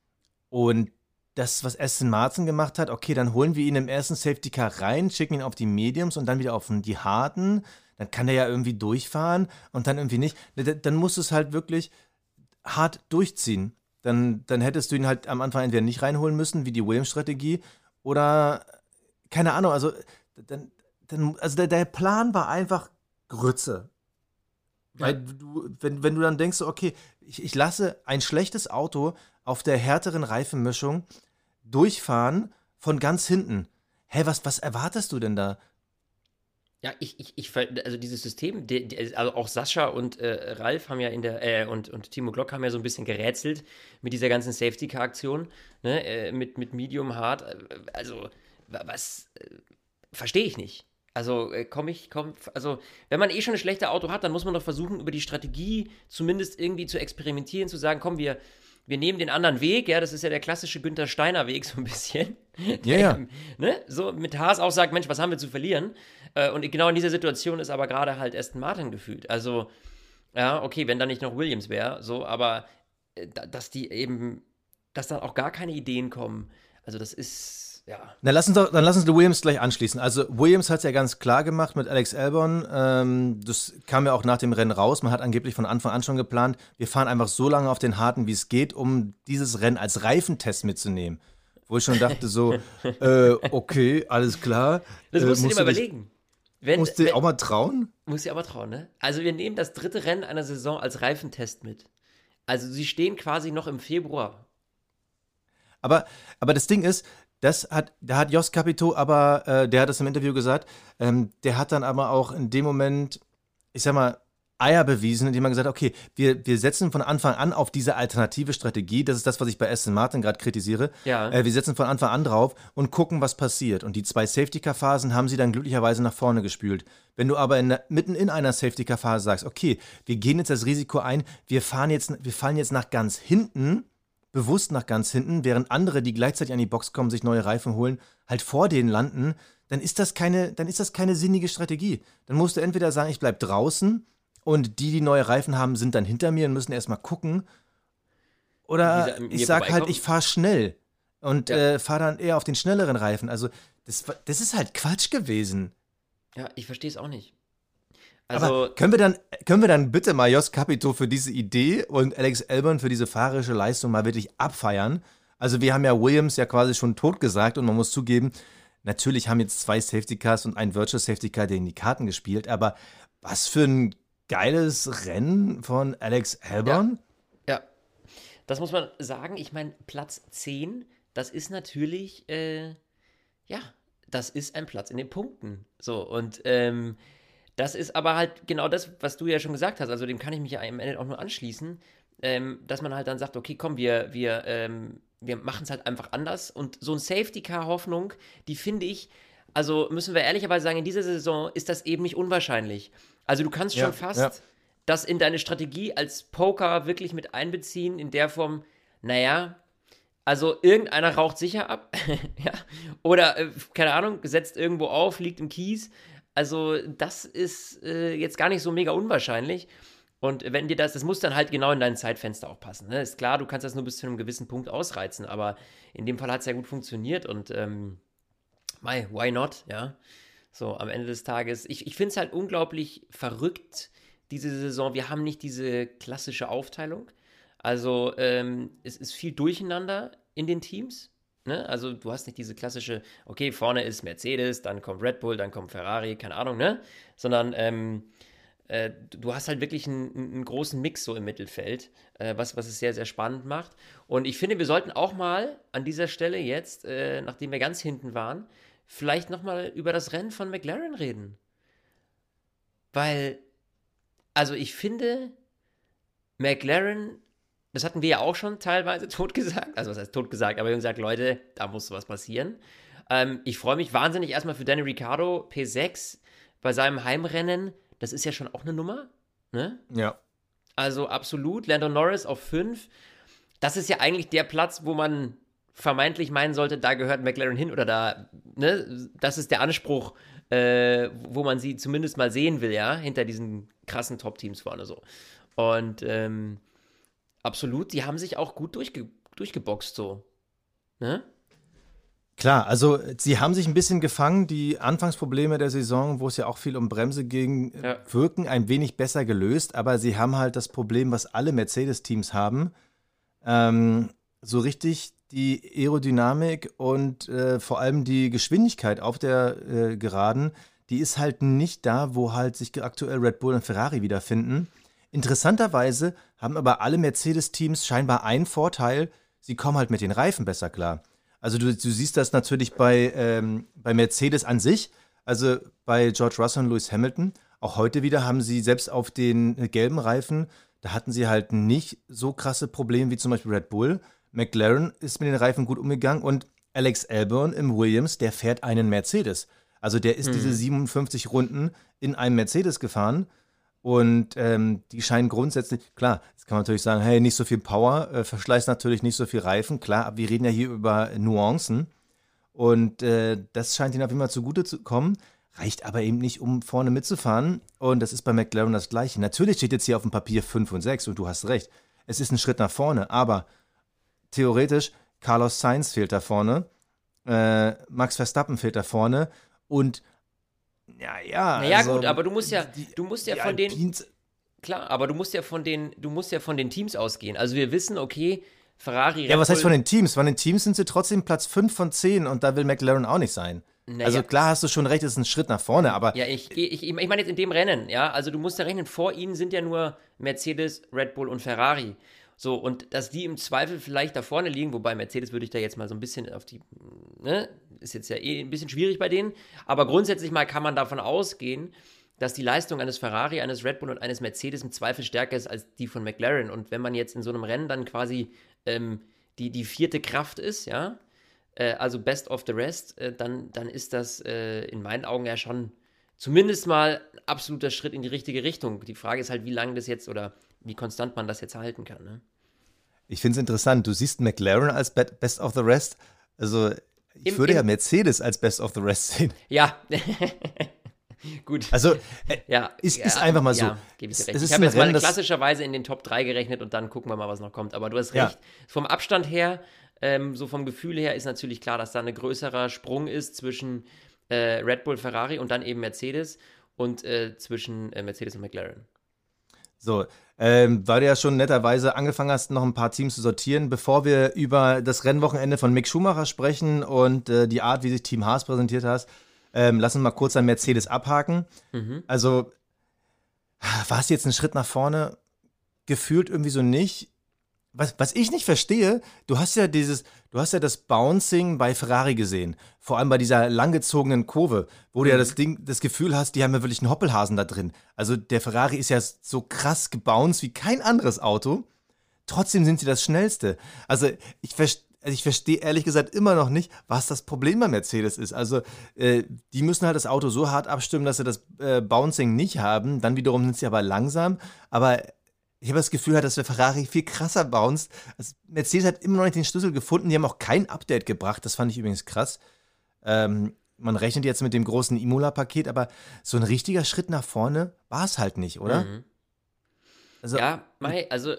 Und das, was Aston Martin gemacht hat, okay, dann holen wir ihn im ersten Safety Car rein, schicken ihn auf die Mediums und dann wieder auf die harten. Dann kann der ja irgendwie durchfahren und dann irgendwie nicht. Dann musst du es halt wirklich hart durchziehen. Dann, dann hättest du ihn halt am Anfang entweder nicht reinholen müssen, wie die Williams-Strategie, oder, keine Ahnung, also, dann, dann, also der, der Plan war einfach Grütze. Ja. Weil du, wenn, wenn du dann denkst, okay, ich, ich lasse ein schlechtes Auto auf der härteren Reifenmischung durchfahren von ganz hinten. Hä, was, was erwartest du denn da? Ja, ich, ich, ich, ver- also dieses System, die, die, also auch Sascha und äh, Ralf haben ja in der, äh, und, und Timo Glock haben ja so ein bisschen gerätselt mit dieser ganzen Safety-Car-Aktion, ne, äh, mit, mit Medium Hard, äh, also, wa- was, äh, verstehe ich nicht. Also, äh, komm ich, komm, also, wenn man eh schon ein schlechtes Auto hat, dann muss man doch versuchen, über die Strategie zumindest irgendwie zu experimentieren, zu sagen, komm, wir, wir nehmen den anderen Weg, ja, das ist ja der klassische Günther Steiner Weg, so ein bisschen. Ja, ja. Ähm, ne? So mit Haas auch sagt, Mensch, was haben wir zu verlieren? Äh, und genau in dieser Situation ist aber gerade halt Aston Martin gefühlt. Also, ja, okay, wenn da nicht noch Williams wäre, so, aber äh, da- dass die eben, dass dann auch gar keine Ideen kommen. Also, das ist, ja. Na, lass uns doch, dann lass uns die Williams gleich anschließen. Also Williams hat es ja ganz klar gemacht mit Alex Albon. Ähm, das kam ja auch nach dem Rennen raus. Man hat angeblich von Anfang an schon geplant, wir fahren einfach so lange auf den Harten, wie es geht, um dieses Rennen als Reifentest mitzunehmen. Wo ich schon dachte so, äh, okay, alles klar. Das äh, musst du dir mal dich- überlegen. Wenn, Musst du wenn, auch mal trauen? Muss ich aber trauen, ne? Also wir nehmen das dritte Rennen einer Saison als Reifentest mit. Also sie stehen quasi noch im Februar. Aber, aber das Ding ist, das hat, da hat Jost Capito aber, äh, der hat das im Interview gesagt, ähm, der hat dann aber auch in dem Moment, ich sag mal, Eier bewiesen, indem er gesagt hat, okay, wir, wir setzen von Anfang an auf diese alternative Strategie, das ist das, was ich bei Aston Martin gerade kritisiere, Ja. äh, wir setzen von Anfang an drauf und gucken, was passiert. Und die zwei Safety-Car-Phasen haben sie dann glücklicherweise nach vorne gespült. Wenn du aber in, der- mitten in einer Safety-Car-Phase sagst, okay, wir gehen jetzt das Risiko ein, wir fahren jetzt, wir fallen jetzt nach ganz hinten, bewusst nach ganz hinten, während andere, die gleichzeitig an die Box kommen, sich neue Reifen holen, halt vor denen landen, dann ist das keine, dann ist das keine sinnige Strategie. Dann musst du entweder sagen, ich bleib draußen und die, die neue Reifen haben, sind dann hinter mir und müssen erstmal gucken. Oder Wie sie an mir ich sag halt, vorbeikommen? ich fahre schnell und Ja. äh, fahre dann eher auf den schnelleren Reifen. Also das, war- das ist halt Quatsch gewesen. Ja, ich verstehe es auch nicht. Also, Aber können wir dann, können wir dann bitte mal Jos Capito für diese Idee und Alex Albon für diese fahrerische Leistung mal wirklich abfeiern? Also wir haben ja Williams ja quasi schon tot gesagt und man muss zugeben, natürlich haben jetzt zwei Safety Cars und ein Virtual Safety Car denen die Karten gespielt, aber was für ein geiles Rennen von Alex Albon. ja, das muss man sagen. Ich meine, Platz zehn, das ist natürlich, äh, ja, das ist ein Platz in den Punkten. So, und ähm, das ist aber halt genau das, was du ja schon gesagt hast. Also dem kann ich mich ja am Ende auch nur anschließen, ähm, dass man halt dann sagt, okay, komm, wir, wir, ähm, wir machen es halt einfach anders. Und so ein Safety-Car-Hoffnung, die finde ich, also müssen wir ehrlicherweise sagen, in dieser Saison ist das eben nicht unwahrscheinlich. Also du kannst Ja, schon fast ja. das in deine Strategie als Poker wirklich mit einbeziehen, in der Form, naja, also irgendeiner raucht sicher ab, ja, oder, äh, keine Ahnung, setzt irgendwo auf, liegt im Kies. Also das ist äh, jetzt gar nicht so mega unwahrscheinlich. Und wenn dir das, das muss dann halt genau in dein Zeitfenster auch passen. Ne? Ist klar, du kannst das nur bis zu einem gewissen Punkt ausreizen, aber in dem Fall hat es ja gut funktioniert und ähm, mei, why not, ja. So, am Ende des Tages, ich, ich finde es halt unglaublich verrückt, diese Saison. Wir haben nicht diese klassische Aufteilung. Also, ähm, es ist viel Durcheinander in den Teams. Ne? Also, du hast nicht diese klassische, okay, vorne ist Mercedes, dann kommt Red Bull, dann kommt Ferrari, keine Ahnung, ne? Sondern, ähm, äh, du hast halt wirklich einen, einen großen Mix so im Mittelfeld, äh, was, was es sehr, sehr spannend macht. Und ich finde, wir sollten auch mal an dieser Stelle jetzt, äh, nachdem wir ganz hinten waren, vielleicht nochmal über das Rennen von McLaren reden. Weil, also ich finde, McLaren, das hatten wir ja auch schon teilweise totgesagt, also was heißt totgesagt, aber wir haben gesagt, Leute, da muss was passieren. Ähm, ich freue mich wahnsinnig erstmal für Danny Ricciardo, P sechs, bei seinem Heimrennen, das ist ja schon auch eine Nummer, ne? Ja. Also absolut, Lando Norris auf fünf, das ist ja eigentlich der Platz, wo man vermeintlich meinen sollte, da gehört McLaren hin oder da, ne, das ist der Anspruch, äh, wo man sie zumindest mal sehen will, ja, hinter diesen krassen Top-Teams vorne so. Und ähm, absolut, die haben sich auch gut durchge durchgeboxt so, ne? Klar, also sie haben sich ein bisschen gefangen, die Anfangsprobleme der Saison, wo es ja auch viel um Bremse ging, Ja. wirken ein wenig besser gelöst, aber sie haben halt das Problem, was alle Mercedes-Teams haben, ähm, so richtig die Aerodynamik und äh, vor allem die Geschwindigkeit auf der äh, Geraden, die ist halt nicht da, wo halt sich aktuell Red Bull und Ferrari wiederfinden. Interessanterweise haben aber alle Mercedes-Teams scheinbar einen Vorteil, sie kommen halt mit den Reifen besser klar. Also du, du siehst das natürlich bei, ähm, bei Mercedes an sich, also bei George Russell und Lewis Hamilton. Auch heute wieder haben sie selbst auf den äh, gelben Reifen, da hatten sie halt nicht so krasse Probleme wie zum Beispiel Red Bull. McLaren ist mit den Reifen gut umgegangen und Alex Albon im Williams, der fährt einen Mercedes. Also der ist Mhm. diese siebenundfünfzig Runden in einem Mercedes gefahren und ähm, die scheinen grundsätzlich, klar, jetzt kann man natürlich sagen, hey, nicht so viel Power, äh, verschleißt natürlich nicht so viel Reifen, klar, aber wir reden ja hier über Nuancen und äh, das scheint ihnen auf jeden Fall zugute zu kommen, reicht aber eben nicht, um vorne mitzufahren und das ist bei McLaren das Gleiche. Natürlich steht jetzt hier auf dem Papier fünf und sechs und du hast recht, es ist ein Schritt nach vorne, aber theoretisch, Carlos Sainz fehlt da vorne, äh, Max Verstappen fehlt da vorne und ja, ja. Naja, also, gut, aber du musst ja, die- du musst ja die von den, Alpines- klar, aber du musst ja von den, du musst ja von den Teams ausgehen. Also wir wissen, okay, Ferrari, Ja, Red was heißt Bull- von den Teams? Von den Teams sind sie trotzdem Platz fünf von zehn und da will McLaren auch nicht sein. Naja. Also klar hast du schon recht, es ist ein Schritt nach vorne, aber Ja, ich, ich, ich meine jetzt in dem Rennen, ja, also du musst ja rechnen, vor ihnen sind ja nur Mercedes, Red Bull und Ferrari. So, und dass die im Zweifel vielleicht da vorne liegen, wobei Mercedes würde ich da jetzt mal so ein bisschen auf die, ne, ist jetzt ja eh ein bisschen schwierig bei denen, aber grundsätzlich mal kann man davon ausgehen, dass die Leistung eines Ferrari, eines Red Bull und eines Mercedes im Zweifel stärker ist als die von McLaren. Und wenn man jetzt in so einem Rennen dann quasi ähm, die, die vierte Kraft ist, ja, also best of the rest, dann, dann ist das äh, in meinen Augen ja schon zumindest mal ein absoluter Schritt in die richtige Richtung. Die Frage ist halt, wie lange das jetzt oder wie konstant man das jetzt halten kann. Ne? ich finde es interessant. Du siehst McLaren als be- best of the rest. Also ich Im- würde im- ja Mercedes als best of the rest sehen. Ja, gut. Also äh, ja, ist, ja, ist einfach mal so. Ja, gebe ich dir Es- recht. es ist Ich habe ein jetzt mal Rennen, das- klassischerweise in den Top drei gerechnet und dann gucken wir mal, was noch kommt. Aber du hast Ja. recht. Vom Abstand her, ähm, so vom Gefühl her, ist natürlich klar, dass da ein größerer Sprung ist zwischen äh, Red Bull, Ferrari und dann eben Mercedes und äh, zwischen äh, Mercedes und McLaren. So, ähm, weil du ja schon netterweise angefangen hast, noch ein paar Teams zu sortieren, bevor wir über das Rennwochenende von Mick Schumacher sprechen und äh, die Art, wie sich Team Haas präsentiert hast, ähm, lass uns mal kurz an Mercedes abhaken. Mhm. Also, war es jetzt ein Schritt nach vorne? Gefühlt irgendwie so nicht. Was, was ich nicht verstehe, du hast ja dieses, du hast ja das Bouncing bei Ferrari gesehen, vor allem bei dieser langgezogenen Kurve, wo du ja das Ding, das Gefühl hast, die haben ja wirklich einen Hoppelhasen da drin. Also der Ferrari ist ja so krass gebounced wie kein anderes Auto. Trotzdem sind sie das schnellste. Also ich verstehe. Also ich verstehe ehrlich gesagt immer noch nicht, was das Problem bei Mercedes ist. Also äh, die müssen halt das Auto so hart abstimmen, dass sie das äh, Bouncing nicht haben. Dann wiederum sind sie aber langsam. Aber ich habe das Gefühl, dass der Ferrari viel krasser bounced. Also Mercedes hat immer noch nicht den Schlüssel gefunden. Die haben auch kein Update gebracht. Das fand ich übrigens krass. Ähm, man rechnet jetzt mit dem großen Imola-Paket, aber so ein richtiger Schritt nach vorne war es halt nicht, oder? Mhm. Also, Ja, mei, also,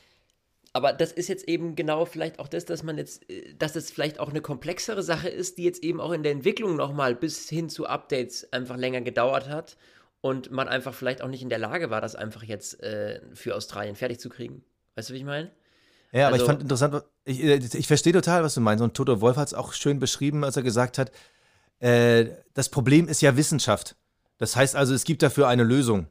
aber das ist jetzt eben genau vielleicht auch das, dass man jetzt, äh, dass es vielleicht auch eine komplexere Sache ist, die jetzt eben auch in der Entwicklung nochmal bis hin zu Updates einfach länger gedauert hat und man einfach vielleicht auch nicht in der Lage war, das einfach jetzt äh, für Australien fertig zu kriegen. Weißt du, wie ich meine? Ja, aber Also- ich fand interessant, ich, ich verstehe total, was du meinst. Und Toto Wolff hat es auch schön beschrieben, als er gesagt hat, äh, das Problem ist ja Wissenschaft. Das heißt also, es gibt dafür eine Lösung.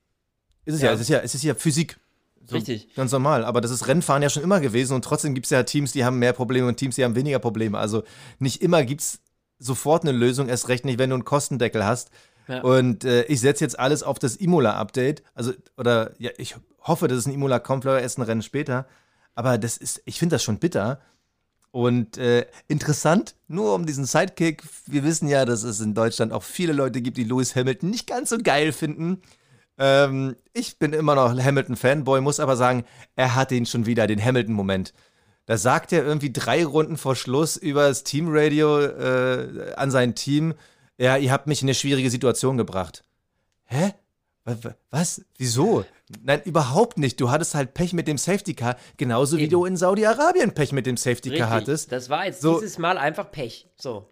Ist es ja, Ja. es ist ja, es ist ja Physik. So, Richtig. Ganz normal. Aber das ist Rennfahren ja schon immer gewesen und trotzdem gibt es ja Teams, die haben mehr Probleme und Teams, die haben weniger Probleme. Also nicht immer gibt es sofort eine Lösung, erst recht nicht, wenn du einen Kostendeckel hast. Ja. Und äh, ich setze jetzt alles auf das Imola-Update. Also, oder ja, ich hoffe, dass es ein Imola kommt, vielleicht erst ein Rennen später. Aber das ist, ich finde das schon bitter. Und äh, interessant, nur um diesen Sidekick, wir wissen ja, dass es in Deutschland auch viele Leute gibt, die Lewis Hamilton nicht ganz so geil finden. Ähm, ich bin immer noch Hamilton-Fanboy, muss aber sagen, er hat den schon wieder, den Hamilton-Moment. Da sagt er irgendwie drei Runden vor Schluss über das Teamradio äh, an sein Team, ja, ihr habt mich in eine schwierige Situation gebracht. Hä? Wa- wa- Was? Wieso? Nein, überhaupt nicht. Du hattest halt Pech mit dem Safety Car, genauso wie Eben. du in Saudi-Arabien Pech mit dem Safety Car Richtig. hattest. Das war jetzt So- dieses Mal einfach Pech. So.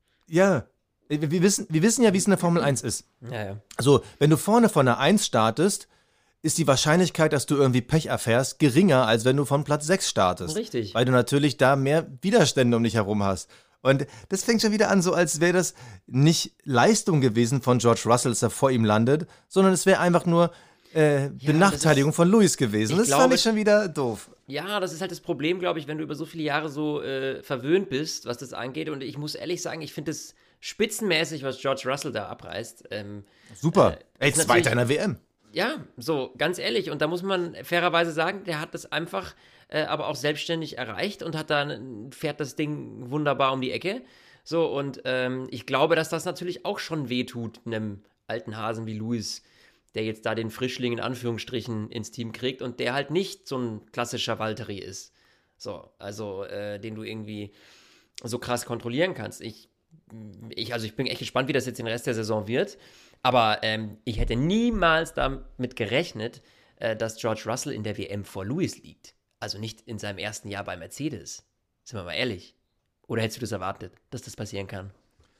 Ja. Wir, wir, wissen, wir wissen ja, wie es in der Formel eins ist. Ja, ja. So, wenn du vorne von der eins startest, ist die Wahrscheinlichkeit, dass du irgendwie Pech erfährst, geringer, als wenn du von Platz sechs startest. Richtig. Weil du natürlich da mehr Widerstände um dich herum hast. Und das fängt schon wieder an, so als wäre das nicht Leistung gewesen von George Russell, dass er vor ihm landet, sondern es wäre einfach nur äh, Benachteiligung von Lewis gewesen. ich Das glaube- fand ich schon wieder doof. Ja, das ist halt das Problem, glaube ich, wenn du über so viele Jahre so äh, verwöhnt bist, was das angeht. Und ich muss ehrlich sagen, ich finde es spitzenmäßig, was George Russell da abreißt. Ähm, Super. Äh, Ey, ist Zweiter natürlich- in der W M. Ja, so, ganz ehrlich. Und da muss man fairerweise sagen, der hat das einfach äh, aber auch selbstständig erreicht und hat dann, fährt das Ding wunderbar um die Ecke. So, und ähm, ich glaube, dass das natürlich auch schon wehtut, einem alten Hasen wie Lewis, der jetzt da den Frischling in Anführungsstrichen ins Team kriegt und der halt nicht so ein klassischer Valtteri ist. So, also, äh, den du irgendwie so krass kontrollieren kannst. Ich, ich, also ich bin echt gespannt, wie das jetzt den Rest der Saison wird. Aber ähm, ich hätte niemals damit gerechnet, äh, dass George Russell in der W M vor Lewis liegt. Also nicht in seinem ersten Jahr bei Mercedes. Sind wir mal ehrlich. Oder hättest du das erwartet, dass das passieren kann?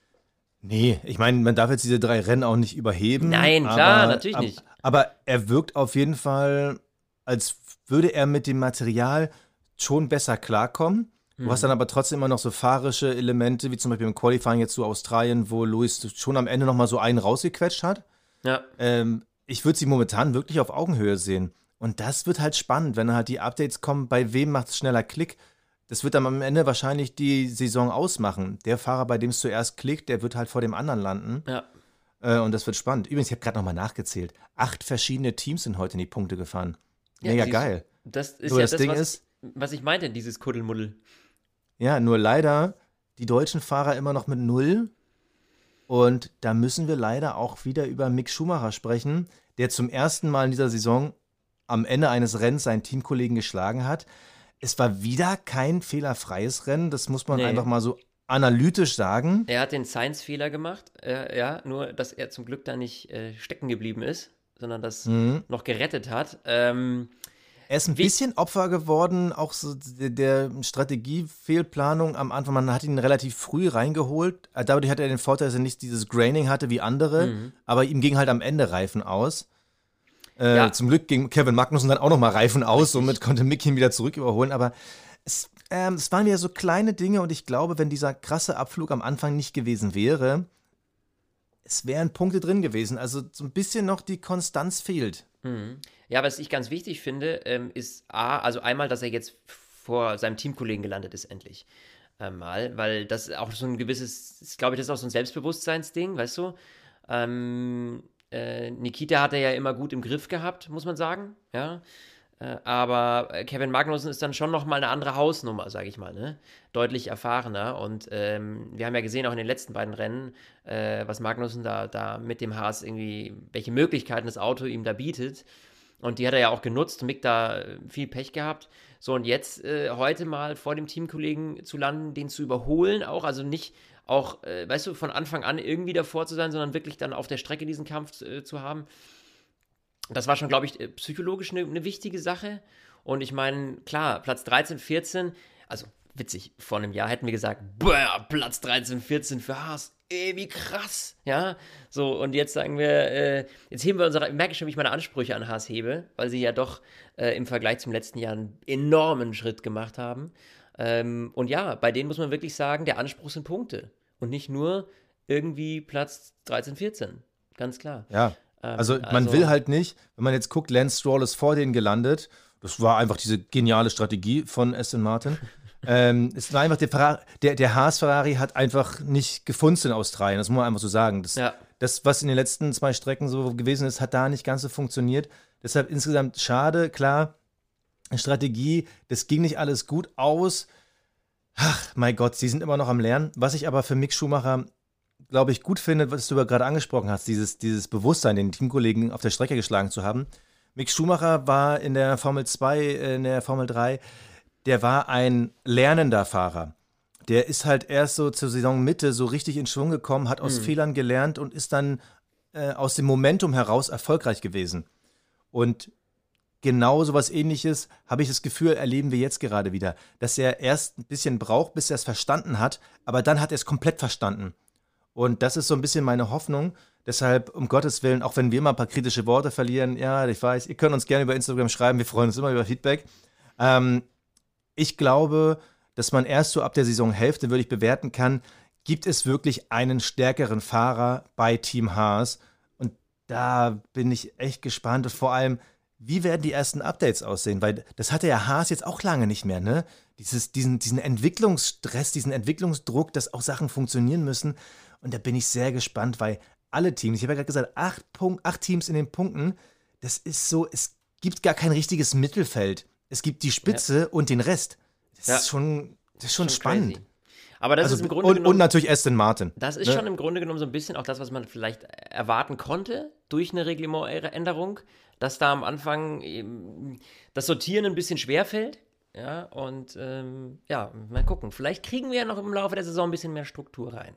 Nee, ich meine, man darf jetzt diese drei Rennen auch nicht überheben. Nein, klar, aber, natürlich ab, nicht. Aber er wirkt auf jeden Fall, als würde er mit dem Material schon besser klarkommen. Du mhm. hast dann aber trotzdem immer noch so fahrische Elemente, wie zum Beispiel im Qualifying jetzt zu Australien, wo Lewis schon am Ende nochmal so einen rausgequetscht hat. Ja. Ähm, ich würde sie momentan wirklich auf Augenhöhe sehen. Und das wird halt spannend, wenn halt die Updates kommen, bei wem macht es schneller Klick. Das wird dann am Ende wahrscheinlich die Saison ausmachen. Der Fahrer, bei dem es zuerst klickt, der wird halt vor dem anderen landen. Ja. Äh, und das wird spannend. Übrigens, ich habe gerade nochmal nachgezählt. Acht verschiedene Teams sind heute in die Punkte gefahren. Mega ja, geil. Das ist Nur ja das, das, Ding was, ist, was ich meinte, dieses Kuddelmuddel. Ja, nur leider die deutschen Fahrer immer noch mit null. Und da müssen wir leider auch wieder über Mick Schumacher sprechen, der zum ersten Mal in dieser Saison am Ende eines Rennens seinen Teamkollegen geschlagen hat. Es war wieder kein fehlerfreies Rennen, das muss man Nee. einfach mal so analytisch sagen. Er hat den Science-Fehler gemacht, äh, ja, nur dass er zum Glück da nicht äh, stecken geblieben ist, sondern das Mhm. noch gerettet hat. Ähm, Er ist ein Wie- bisschen Opfer geworden, auch so der, der Strategiefehlplanung am Anfang. Man hat ihn relativ früh reingeholt. Dadurch hatte er den Vorteil, dass er nicht dieses Graining hatte wie andere, Mhm. aber ihm ging halt am Ende Reifen aus. Äh, Ja. Zum Glück ging Kevin Magnussen dann auch nochmal Reifen aus, somit konnte Mick ihn wieder zurück überholen. Aber es, ähm, es waren wieder so kleine Dinge und ich glaube, wenn dieser krasse Abflug am Anfang nicht gewesen wäre, es wären Punkte drin gewesen. Also so ein bisschen noch die Konstanz fehlt. Mhm. Ja, was ich ganz wichtig finde, ähm, ist A, also einmal, dass er jetzt vor seinem Teamkollegen gelandet ist, endlich. Äh, mal, weil das auch so ein gewisses, glaube ich, das ist auch so ein Selbstbewusstseinsding, weißt du? Ähm, äh, Nikita hat er ja immer gut im Griff gehabt, muss man sagen, ja. Äh, aber Kevin Magnussen ist dann schon nochmal eine andere Hausnummer, sage ich mal, ne? Deutlich erfahrener. Und ähm, wir haben ja gesehen, auch in den letzten beiden Rennen, äh, was Magnussen da, da mit dem Haas irgendwie, welche Möglichkeiten das Auto ihm da bietet. Und die hat er ja auch genutzt, Mick da viel Pech gehabt. So, und jetzt äh, heute mal vor dem Teamkollegen zu landen, den zu überholen auch, also nicht auch, äh, weißt du, von Anfang an irgendwie davor zu sein, sondern wirklich dann auf der Strecke diesen Kampf äh, zu haben. Das war schon, glaube ich, psychologisch eine, eine wichtige Sache. Und ich meine, klar, Platz dreizehn, vierzehn, also witzig, vor einem Jahr hätten wir gesagt, boah, Platz dreizehn, vierzehn für Haas, ey, wie krass, ja. So, und jetzt sagen wir, äh, jetzt heben wir unsere, ich merke schon, wie ich meine Ansprüche an Haas hebe, weil sie ja doch äh, im Vergleich zum letzten Jahr einen enormen Schritt gemacht haben. Ähm, und ja, bei denen muss man wirklich sagen, der Anspruch sind Punkte und nicht nur irgendwie Platz dreizehn, vierzehn, ganz klar. Ja. Ähm, Also man also- will halt nicht, wenn man jetzt guckt, Lance Stroll ist vor denen gelandet. Das war einfach diese geniale Strategie von Aston Martin. ähm, es war einfach, der, Ferrari, der, der Haas-Ferrari hat einfach nicht gefunzt in Australien, das muss man einfach so sagen. Das, Ja. das, was in den letzten zwei Strecken so gewesen ist, hat da nicht ganz so funktioniert. Deshalb insgesamt schade, klar, Strategie, das ging nicht alles gut aus. Ach, mein Gott, sie sind immer noch am Lernen. Was ich aber für Mick Schumacher glaube ich, gut finde, was du gerade angesprochen hast, dieses, dieses Bewusstsein, den Teamkollegen auf der Strecke geschlagen zu haben. Mick Schumacher war in der Formel zwei, in der Formel drei, der war ein lernender Fahrer. Der ist halt erst so zur Saisonmitte so richtig in Schwung gekommen, hat aus Mhm. Fehlern gelernt und ist dann äh, aus dem Momentum heraus erfolgreich gewesen. Und genau so was Ähnliches, habe ich das Gefühl, erleben wir jetzt gerade wieder. Dass er erst ein bisschen braucht, bis er es verstanden hat, aber dann hat er es komplett verstanden. Und das ist so ein bisschen meine Hoffnung. Deshalb, um Gottes Willen, auch wenn wir mal ein paar kritische Worte verlieren, ja, ich weiß, ihr könnt uns gerne über Instagram schreiben, wir freuen uns immer über Feedback. Ähm, ich glaube, dass man erst so ab der Saisonhälfte wirklich bewerten kann, gibt es wirklich einen stärkeren Fahrer bei Team Haas? Und da bin ich echt gespannt. Und vor allem, wie werden die ersten Updates aussehen? Weil das hatte ja Haas jetzt auch lange nicht mehr, ne? Dieses, diesen, diesen Entwicklungsstress, diesen Entwicklungsdruck, dass auch Sachen funktionieren müssen. Und da bin ich sehr gespannt, weil alle Teams, ich habe ja gerade gesagt, acht, Punkt, acht Teams in den Punkten, das ist so, es gibt gar kein richtiges Mittelfeld. Es gibt die Spitze ja. und den Rest. Das Ja. ist schon, das ist schon, schon spannend. Crazy. Aber das also, ist im Grunde und, genommen, und natürlich Aston Martin. das ist ne? schon im Grunde genommen so ein bisschen auch das, was man vielleicht erwarten konnte durch eine Reglementänderung, dass da am Anfang eben das Sortieren ein bisschen schwerfällt. Ja, und ähm, ja, mal gucken. Vielleicht kriegen wir ja noch im Laufe der Saison ein bisschen mehr Struktur rein.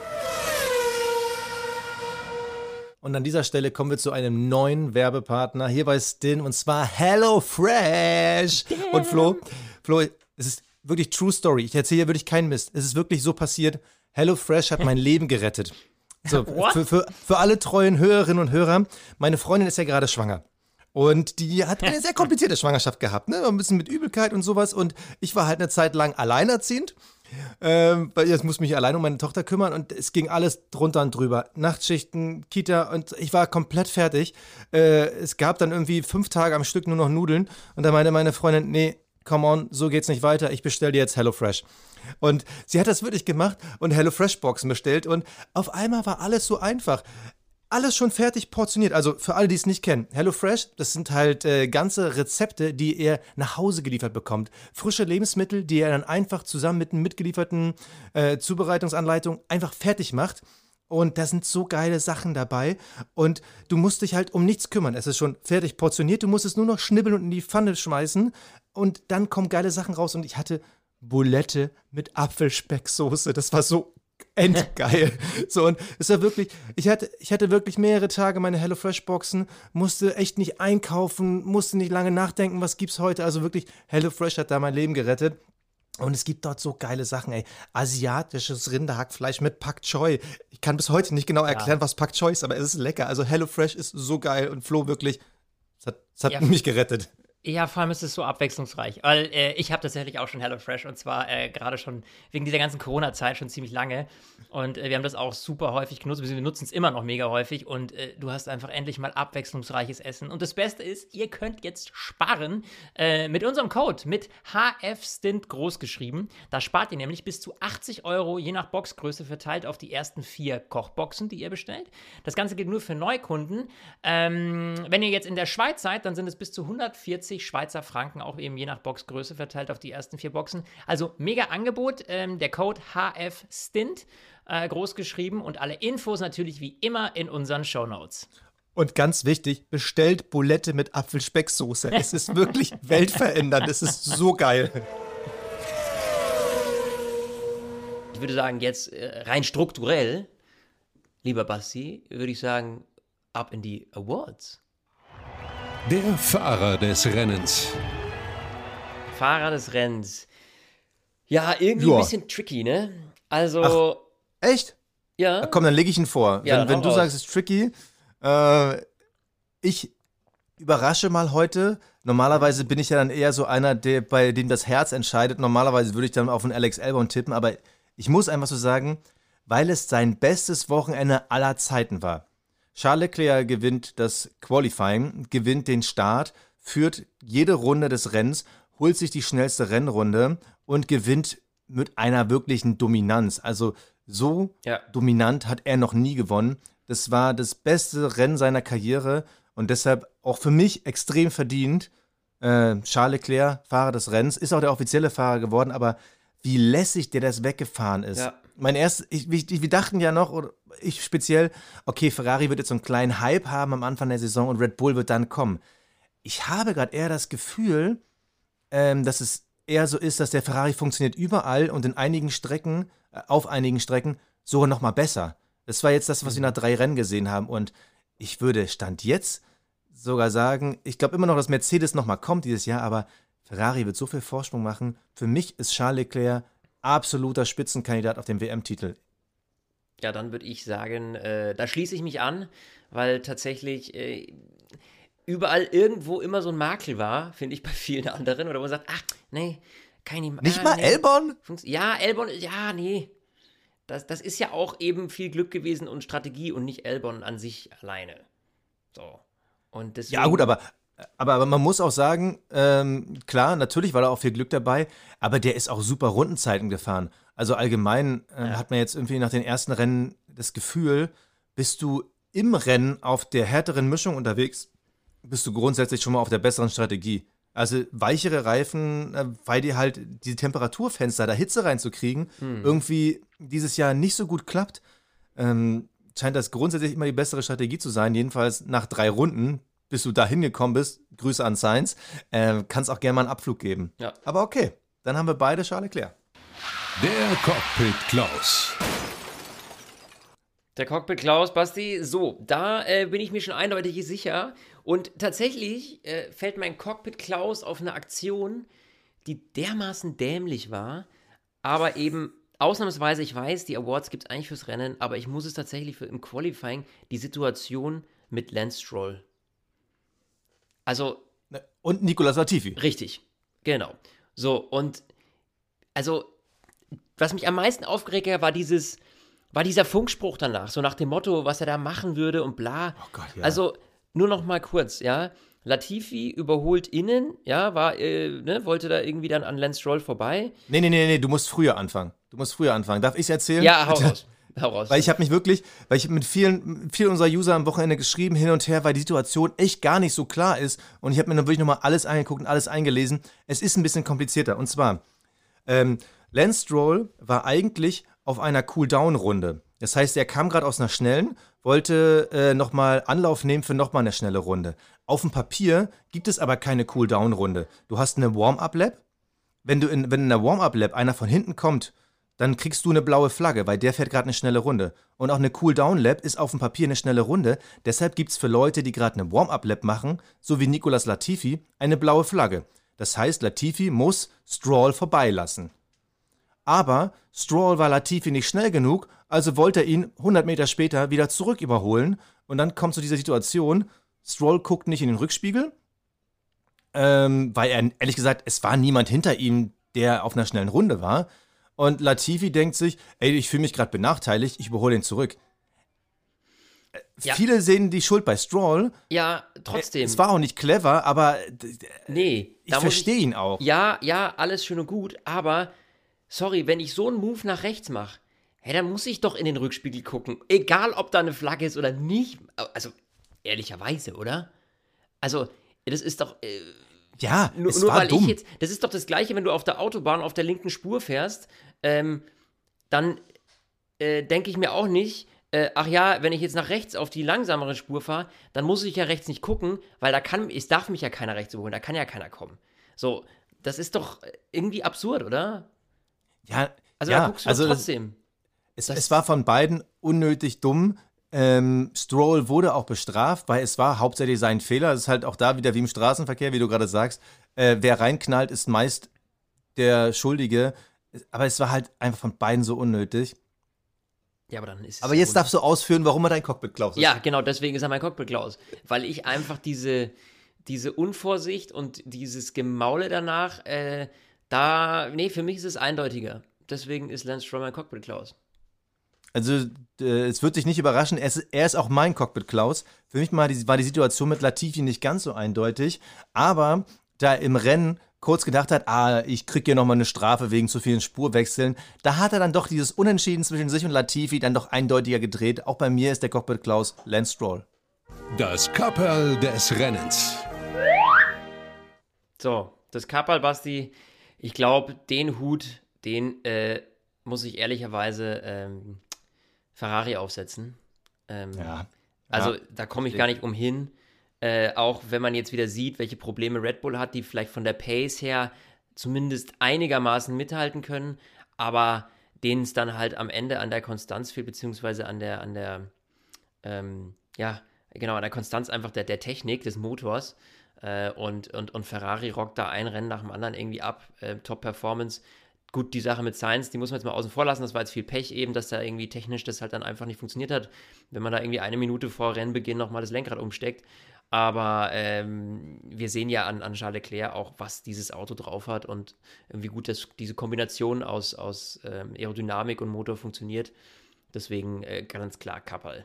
Und an dieser Stelle kommen wir zu einem neuen Werbepartner hier bei Stin und zwar HelloFresh. Und Flo, Flo, es ist wirklich True Story. Ich erzähle hier wirklich keinen Mist. Es ist wirklich so passiert. HelloFresh hat mein Leben gerettet. So, What? für, für, für alle treuen Hörerinnen und Hörer, meine Freundin ist ja gerade schwanger. Und die hat eine sehr komplizierte Schwangerschaft gehabt, ne? Ein bisschen mit Übelkeit und sowas. Und ich war halt eine Zeit lang alleinerziehend, ähm, weil jetzt muss mich allein um meine Tochter kümmern und es ging alles drunter und drüber. Nachtschichten, Kita und ich war komplett fertig. Äh, es gab dann irgendwie fünf Tage am Stück nur noch Nudeln und da meinte meine Freundin, nee, come on, so geht's nicht weiter, ich bestelle dir jetzt HelloFresh. Und sie hat das wirklich gemacht und HelloFresh-Boxen bestellt und auf einmal war alles so einfach. Alles schon fertig portioniert. Also für alle, die es nicht kennen. HelloFresh, das sind halt äh, ganze Rezepte, die ihr nach Hause geliefert bekommt. Frische Lebensmittel, die ihr dann einfach zusammen mit den mitgelieferten äh, Zubereitungsanleitungen einfach fertig macht. Und da sind so geile Sachen dabei. Und du musst dich halt um nichts kümmern. Es ist schon fertig portioniert. Du musst es nur noch schnibbeln und in die Pfanne schmeißen. Und dann kommen geile Sachen raus. Und ich hatte Bulette mit Apfelspecksoße. Das war so endgeil. So, und es war wirklich, ich hatte, ich hatte wirklich mehrere Tage meine HelloFresh-Boxen, musste echt nicht einkaufen, musste nicht lange nachdenken, was gibt's heute. Also wirklich, HelloFresh hat da mein Leben gerettet. Und es gibt dort so geile Sachen, ey. Asiatisches Rinderhackfleisch mit Pak Choi. Ich kann bis heute nicht genau erklären, ja. was Pak Choi ist, aber es ist lecker. Also HelloFresh ist so geil und Flo wirklich, es hat, es hat ja. mich gerettet. Ja, vor allem ist es so abwechslungsreich, weil äh, ich habe tatsächlich auch schon HelloFresh und zwar äh, gerade schon wegen dieser ganzen Corona-Zeit schon ziemlich lange und äh, wir haben das auch super häufig genutzt, wir nutzen es immer noch mega häufig und äh, du hast einfach endlich mal abwechslungsreiches Essen und das Beste ist, ihr könnt jetzt sparen äh, mit unserem Code, mit H F Stint großgeschrieben, da spart ihr nämlich bis zu achtzig Euro je nach Boxgröße verteilt auf die ersten vier Kochboxen, die ihr bestellt. Das Ganze gilt nur für Neukunden. Ähm, wenn ihr jetzt in der Schweiz seid, dann sind es bis zu hundertvierzig Schweizer Franken, auch eben je nach Boxgröße verteilt auf die ersten vier Boxen. Also mega Angebot, ähm, der Code H F Stint, äh, groß geschrieben und alle Infos natürlich wie immer in unseren Shownotes. Und ganz wichtig, bestellt Bulette mit Apfelspecksoße. Es ist wirklich weltverändernd, es ist so geil. Ich würde sagen, jetzt äh, rein strukturell, lieber Basti, würde ich sagen, ab in die Awards. Der Fahrer des Rennens. Fahrer des Rennens. Ja, irgendwie Joa. ein bisschen tricky, ne? Also. Ach, echt? Ja. Ach, komm, dann lege ich ihn vor. Ja, wenn wenn du raus. sagst, es ist tricky, äh, ich überrasche mal heute. Normalerweise bin ich ja dann eher so einer, der, bei dem das Herz entscheidet. Normalerweise würde ich dann auf einen Alex Albon tippen, aber ich muss einfach so sagen, weil es sein bestes Wochenende aller Zeiten war. Charles Leclerc gewinnt das Qualifying, gewinnt den Start, führt jede Runde des Rennens, holt sich die schnellste Rennrunde und gewinnt mit einer wirklichen Dominanz. Also so Ja. dominant hat er noch nie gewonnen. Das war das beste Rennen seiner Karriere und deshalb auch für mich extrem verdient. Äh, Charles Leclerc, Fahrer des Rennens, ist auch der offizielle Fahrer geworden, aber wie lässig der das weggefahren ist. Ja. Mein erst, ich, ich, wir dachten ja noch, oder ich speziell, okay, Ferrari wird jetzt so einen kleinen Hype haben am Anfang der Saison und Red Bull wird dann kommen. Ich habe gerade eher das Gefühl, ähm, dass es eher so ist, dass der Ferrari funktioniert überall und in einigen Strecken, äh, auf einigen Strecken sogar noch mal besser. Das war jetzt das, was wir nach drei Rennen gesehen haben und ich würde Stand jetzt sogar sagen, ich glaube immer noch, dass Mercedes noch mal kommt dieses Jahr, aber Ferrari wird so viel Vorsprung machen. Für mich ist Charles Leclerc absoluter Spitzenkandidat auf den W M-Titel. Ja, dann würde ich sagen, äh, da schließe ich mich an, weil tatsächlich äh, überall irgendwo immer so ein Makel war, finde ich bei vielen anderen, oder wo man sagt, ach, nee, keine Nicht ah, mal nee. Albon? Funks- Ja, Albon, ja, nee. Das, das ist ja auch eben viel Glück gewesen und Strategie und nicht Albon an sich alleine. So. Und deswegen, Ja gut, aber, aber, aber man muss auch sagen, ähm, klar, natürlich war da auch viel Glück dabei, aber der ist auch super Rundenzeiten gefahren. Also allgemein äh, Ja. hat man jetzt irgendwie nach den ersten Rennen das Gefühl, bist du im Rennen auf der härteren Mischung unterwegs, bist du grundsätzlich schon mal auf der besseren Strategie. Also weichere Reifen, äh, weil die halt die Temperaturfenster, da Hitze reinzukriegen, irgendwie dieses Jahr nicht so gut klappt. Ähm, scheint das grundsätzlich immer die bessere Strategie zu sein. Jedenfalls nach drei Runden, bis du da hingekommen bist, Grüße an Sainz, äh, kann es auch gerne mal einen Abflug geben. Ja. Aber okay, dann haben wir beide Charles Leclerc. Der Cockpit Klaus. Der Cockpit Klaus, Basti, so, da äh, bin ich mir schon eindeutig sicher. Und tatsächlich äh, fällt mein Cockpit Klaus auf eine Aktion, die dermaßen dämlich war, aber eben ausnahmsweise, ich weiß, die Awards gibt es eigentlich fürs Rennen, aber ich muss es tatsächlich für im Qualifying, die Situation mit Lance Stroll. Also. Und Nicolas Latifi. Richtig, genau. So, und also, was mich am meisten aufgeregt hat, war dieses, war dieser Funkspruch danach, so nach dem Motto, was er da machen würde und bla. Oh Gott, ja. Also, nur noch mal kurz, ja. Latifi überholt innen, ja, war, äh, ne, wollte da irgendwie dann an Lance Stroll vorbei. Nee, nee, nee, nee, du musst früher anfangen. Du musst früher anfangen. Darf ich es erzählen? Ja, hau raus. Hau raus. Weil ich habe mich wirklich, weil ich mit vielen, vielen unserer User am Wochenende geschrieben, hin und her, weil die Situation echt gar nicht so klar ist. Und ich habe mir dann wirklich nochmal alles angeguckt und alles eingelesen. Es ist ein bisschen komplizierter. Und zwar, ähm, Lance Stroll war eigentlich auf einer Cooldown-Runde. Das heißt, er kam gerade aus einer schnellen, wollte äh, nochmal Anlauf nehmen für nochmal eine schnelle Runde. Auf dem Papier gibt es aber keine Cooldown-Runde. Du hast eine Warm-Up-Lap. Wenn du in, wenn in der Warm-Up-Lap einer von hinten kommt, dann kriegst du eine blaue Flagge, weil der fährt gerade eine schnelle Runde. Und auch eine Cool-Down-Lap ist auf dem Papier eine schnelle Runde. Deshalb gibt es für Leute, die gerade eine Warm-Up-Lap machen, so wie Nicolas Latifi, eine blaue Flagge. Das heißt, Latifi muss Stroll vorbeilassen. Aber Stroll war Latifi nicht schnell genug, also wollte er ihn hundert Meter später wieder zurück überholen. Und dann kommt zu dieser Situation, Stroll guckt nicht in den Rückspiegel, ähm, weil er, ehrlich gesagt, es war niemand hinter ihm, der auf einer schnellen Runde war. Und Latifi denkt sich, ey, ich fühle mich gerade benachteiligt, ich überhole ihn zurück. Ja. Viele sehen die Schuld bei Stroll. Ja, trotzdem. Es war auch nicht clever, aber nee, ich verstehe ihn auch. Ja, ja, alles schön und gut, aber sorry, wenn ich so einen Move nach rechts mache, hey, dann muss ich doch in den Rückspiegel gucken. Egal, ob da eine Flagge ist oder nicht. Also, ehrlicherweise, oder? Also, das ist doch... Äh, Ja, nur, es nur war weil dumm. ich jetzt, das ist doch das Gleiche, wenn du auf der Autobahn auf der linken Spur fährst, ähm, dann äh, denke ich mir auch nicht, äh, ach ja, wenn ich jetzt nach rechts auf die langsamere Spur fahre, dann muss ich ja rechts nicht gucken, weil da kann, es darf mich ja keiner rechts überholen, da kann ja keiner kommen. So, das ist doch irgendwie absurd, oder? Ja, also ja, da guckst du also doch trotzdem. Es, es war von beiden unnötig dumm. Ähm, Stroll wurde auch bestraft, weil es war hauptsächlich sein Fehler. Es ist halt auch da wieder wie im Straßenverkehr, wie du gerade sagst. Äh, wer reinknallt, ist meist der Schuldige. Aber es war halt einfach von beiden so unnötig. Ja, aber dann ist es Aber ja jetzt darfst du ausführen, warum er dein Cockpit klaut. Ja, genau, deswegen ist er mein Cockpit Klaus. Weil ich einfach diese, diese Unvorsicht und dieses Gemaule danach, äh, da, nee, für mich ist es eindeutiger. Deswegen ist Lance Stroll mein Cockpit Klaus. Also, äh, es wird dich nicht überraschen, er ist, er ist auch mein Cockpit Klaus. Für mich mal die, war die Situation mit Latifi nicht ganz so eindeutig, aber da im Rennen kurz gedacht hat, ah, ich krieg hier nochmal eine Strafe wegen zu vielen Spurwechseln, da hat er dann doch dieses Unentschieden zwischen sich und Latifi dann doch eindeutiger gedreht. Auch bei mir ist der Cockpit Klaus Lance Stroll. Das Kapperl des Rennens. So, das Kapperl, Basti, ich glaube, den Hut, den äh, muss ich ehrlicherweise ähm, Ferrari aufsetzen. Ähm, Ja. Also Ja. da komme ich gar nicht umhin. Äh, auch wenn man jetzt wieder sieht, welche Probleme Red Bull hat, die vielleicht von der Pace her zumindest einigermaßen mithalten können, aber denen es dann halt am Ende an der Konstanz fehlt, beziehungsweise an der, an der, ähm, ja, genau, an der Konstanz einfach der, der Technik, des Motors. Äh, und, und, und Ferrari rockt da ein Rennen nach dem anderen irgendwie ab. Äh, Top-Performance. Gut, die Sache mit Sainz, die muss man jetzt mal außen vor lassen. Das war jetzt viel Pech eben, dass da irgendwie technisch das halt dann einfach nicht funktioniert hat, wenn man da irgendwie eine Minute vor Rennbeginn nochmal das Lenkrad umsteckt. Aber ähm, wir sehen ja an, an Charles Leclerc auch, was dieses Auto drauf hat und wie gut das, diese Kombination aus, aus ähm, Aerodynamik und Motor funktioniert. Deswegen äh, ganz klar Kapperl.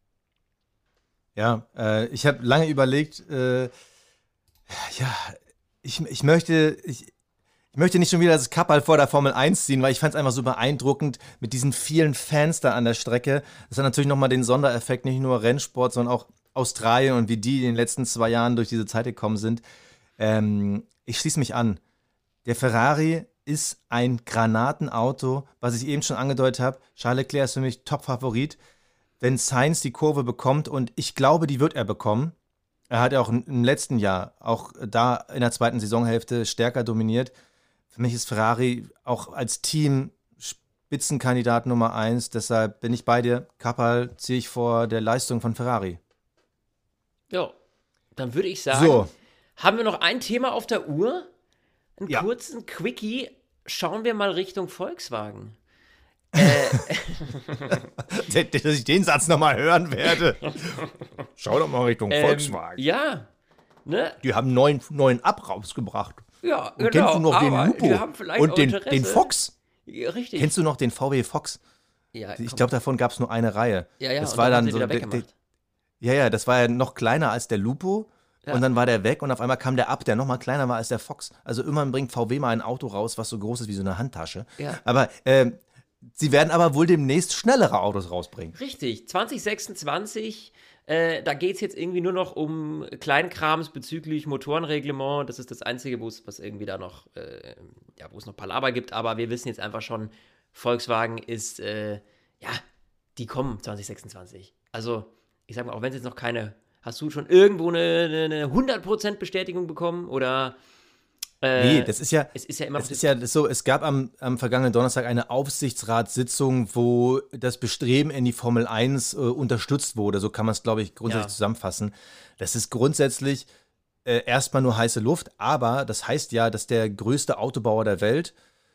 Ja, äh, ich habe lange überlegt, äh, ja, ich, ich möchte, ich, ich möchte nicht schon wieder das Kapperl vor der Formel eins ziehen, weil ich fand es einfach so beeindruckend mit diesen vielen Fans da an der Strecke. Das hat natürlich nochmal den Sondereffekt, nicht nur Rennsport, sondern auch Australien und wie die in den letzten zwei Jahren durch diese Zeit gekommen sind. Ähm, ich schließe mich an. Der Ferrari ist ein Granatenauto, was ich eben schon angedeutet habe. Charles Leclerc ist für mich Top-Favorit. Wenn Sainz die Kurve bekommt, und ich glaube, die wird er bekommen, er hat ja auch im letzten Jahr, auch da in der zweiten Saisonhälfte stärker dominiert. Für mich ist Ferrari auch als Team Spitzenkandidat Nummer eins. Deshalb bin ich bei dir. Kapperl ziehe ich vor der Leistung von Ferrari. Ja, dann würde ich sagen, So. haben wir noch ein Thema auf der Uhr? Einen Ja. kurzen Quickie. Schauen wir mal Richtung Volkswagen. äh, Dass ich den Satz nochmal hören werde. Schau doch mal Richtung ähm, Ja, Ne? Die haben neuen, neuen Up rausgebracht. Ja, Und genau. kennst du noch den aber Lupo die haben vielleicht und auch den, Interesse. den Fox? Ja, richtig. Kennst du noch den V W Fox? Ja, Ich komm. glaube, davon gab es nur eine Reihe. Ja, ja, das und war dann haben dann sie so. wieder der- der- weggemacht. Ja, ja, das war ja noch kleiner als der Lupo. Ja. Und dann war der weg und auf einmal kam der Up, der noch mal kleiner war als der Fox. Also immerhin bringt V W mal ein Auto raus, was so groß ist wie so eine Handtasche. Ja. Aber ähm, sie werden aber wohl demnächst schnellere Autos rausbringen. Richtig, zwanzig sechsundzwanzig, äh, da geht es jetzt irgendwie nur noch um Kleinkrams bezüglich Motorenreglement. Das ist das Einzige, wo es was irgendwie da noch, äh, ja, wo es noch Palaver gibt. Aber wir wissen jetzt einfach schon, Volkswagen ist, äh, ja, die kommen zwanzig sechsundzwanzig. Also, ich sag mal, auch wenn es jetzt noch keine, hast du schon irgendwo eine, eine, eine hundert Prozent Bestätigung bekommen oder? Äh, Nee, das ist ja, es ist ja immer es ist ja so, es gab am, am vergangenen Donnerstag eine Aufsichtsratssitzung, wo das Bestreben in die Formel eins äh, unterstützt wurde. So kann man es, glaube ich, grundsätzlich Ja. zusammenfassen. Das ist grundsätzlich äh, erstmal nur heiße Luft, aber das heißt ja, dass der größte Autobauer der Welt,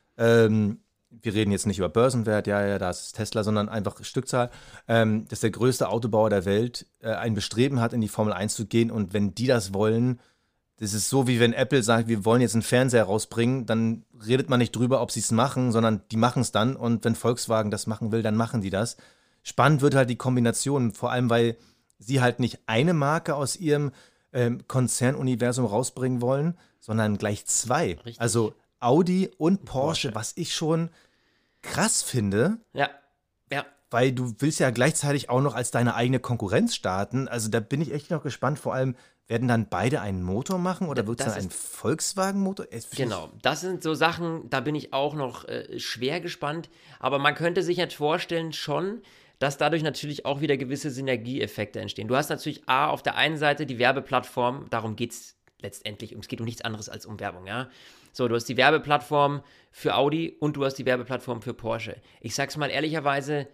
ähm, wir reden jetzt nicht über Börsenwert, ja, ja, da ist Tesla, sondern einfach Stückzahl, ähm, dass der größte Autobauer der Welt äh, ein Bestreben hat, in die Formel eins zu gehen. Und wenn die das wollen, das ist so, wie wenn Apple sagt, wir wollen jetzt einen Fernseher rausbringen, dann redet man nicht drüber, ob sie es machen, sondern die machen es dann. Und wenn Volkswagen das machen will, dann machen die das. Spannend wird halt die Kombination, vor allem, weil sie halt nicht eine Marke aus ihrem ähm, Konzernuniversum rausbringen wollen, sondern gleich zwei. Richtig. Also Audi und Porsche, Porsche. was ich schon krass finde, Ja, ja. weil du willst ja gleichzeitig auch noch als deine eigene Konkurrenz starten. Also da bin ich echt noch gespannt. Vor allem, werden dann beide einen Motor machen oder wird es Das dann ein ist- Volkswagen-Motor? Es- Genau, das sind so Sachen, da bin ich auch noch äh, schwer gespannt. Aber man könnte sich jetzt vorstellen schon, dass dadurch natürlich auch wieder gewisse Synergieeffekte entstehen. Du hast natürlich A, auf der einen Seite die Werbeplattform, darum geht es letztendlich, es geht um nichts anderes als um Werbung, ja. So, du hast die Werbeplattform für Audi und du hast die Werbeplattform für Porsche. Ich sag's mal ehrlicherweise,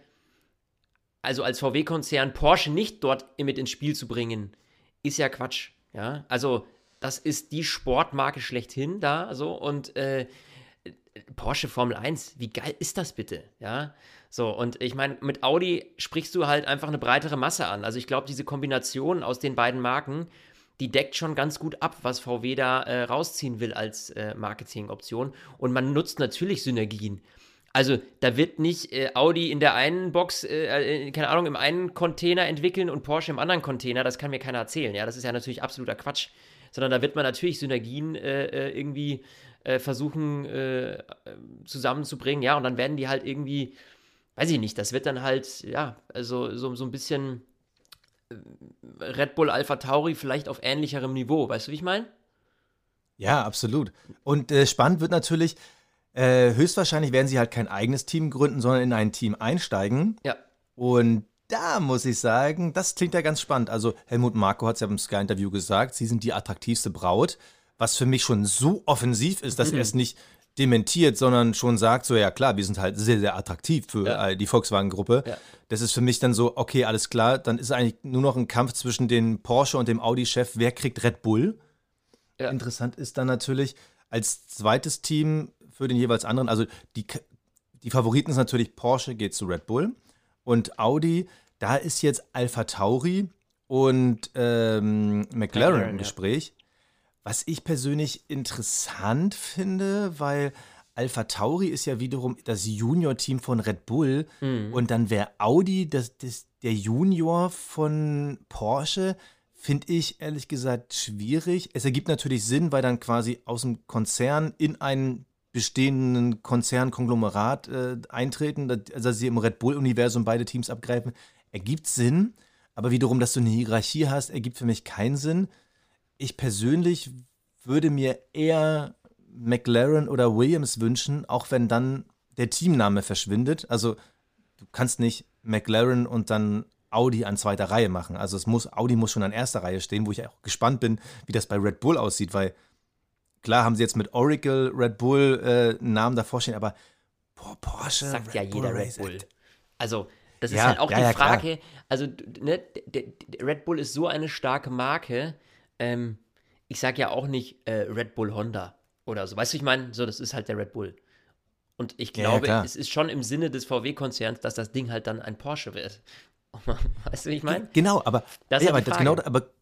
also als V W-Konzern Porsche nicht dort mit ins Spiel zu bringen, ist ja Quatsch, ja. Also, das ist die Sportmarke schlechthin da, so, und äh, Porsche Formel eins, wie geil ist das bitte, ja? So, und ich meine, mit Audi sprichst du halt einfach eine breitere Masse an. Also ich glaube, diese Kombination aus den beiden Marken, die deckt schon ganz gut ab, was V W da äh, rausziehen will als äh, Marketingoption. Und man nutzt natürlich Synergien. Also da wird nicht äh, Audi in der einen Box, äh, äh, keine Ahnung, im einen Container entwickeln und Porsche im anderen Container. Das kann mir keiner erzählen. Ja, das ist ja natürlich absoluter Quatsch. Sondern da wird man natürlich Synergien äh, äh, irgendwie äh, versuchen äh, zusammenzubringen. Ja, und dann werden die halt irgendwie, weiß ich nicht, das wird dann halt, ja, also so, so ein bisschen äh, Red Bull Alpha Tauri vielleicht auf ähnlicherem Niveau. Weißt du, wie ich meine? Ja, absolut. Und äh, spannend wird natürlich, äh, höchstwahrscheinlich werden sie halt kein eigenes Team gründen, sondern in ein Team einsteigen. Ja. Und da muss ich sagen, das klingt ja ganz spannend. Also Helmut Marko hat es ja im Sky-Interview gesagt, sie sind die attraktivste Braut, was für mich schon so offensiv ist, dass Mhm. er es nicht dementiert, sondern schon sagt, so ja klar, wir sind halt sehr, sehr attraktiv für Ja. äh, die Volkswagen-Gruppe. Ja. Das ist für mich dann so, okay, alles klar, dann ist eigentlich nur noch ein Kampf zwischen dem Porsche und dem Audi-Chef, wer kriegt Red Bull? Ja. Interessant ist dann natürlich als zweites Team für den jeweils anderen, also die, die Favoriten sind natürlich Porsche geht zu Red Bull und Audi, da ist jetzt Alpha Tauri und ähm, McLaren McLaren, im ja. Gespräch. Was ich persönlich interessant finde, weil Alpha Tauri ist ja wiederum das Junior-Team von Red Bull Mhm. und dann wäre Audi das, das, der Junior von Porsche, finde ich ehrlich gesagt schwierig. Es ergibt natürlich Sinn, weil dann quasi aus dem Konzern in einen bestehenden Konzernkonglomerat äh, eintreten, dass- also dass sie im Red Bull-Universum beide Teams abgreifen, ergibt Sinn. Aber wiederum, dass du eine Hierarchie hast, ergibt für mich keinen Sinn. Ich persönlich würde mir eher McLaren oder Williams wünschen, auch wenn dann der Teamname verschwindet. Also du kannst nicht McLaren und dann Audi an zweiter Reihe machen. Also es muss, Audi muss schon an erster Reihe stehen, wo ich auch gespannt bin, wie das bei Red Bull aussieht, weil klar haben sie jetzt mit Oracle Red Bull äh, einen Namen davor stehen, aber boah, Porsche, Das sagt ja Red Bull jeder Red Race, Bull. Also, das ist Ja, halt auch ja, die ja, klar. Frage. Also, d- ne, d- d- Red Bull ist so eine starke Marke. Ähm, ich sage ja auch nicht äh, Red Bull Honda oder so. Weißt du, ich meine, so, das ist halt der Red Bull. Und ich Ja, ja, glaube, klar. es ist schon im Sinne des V W-Konzerns, dass das Ding halt dann ein Porsche wird. Weißt du, wie ich meine? Genau, aber, Das ist ja, halt aber die das, Frage. genau, aber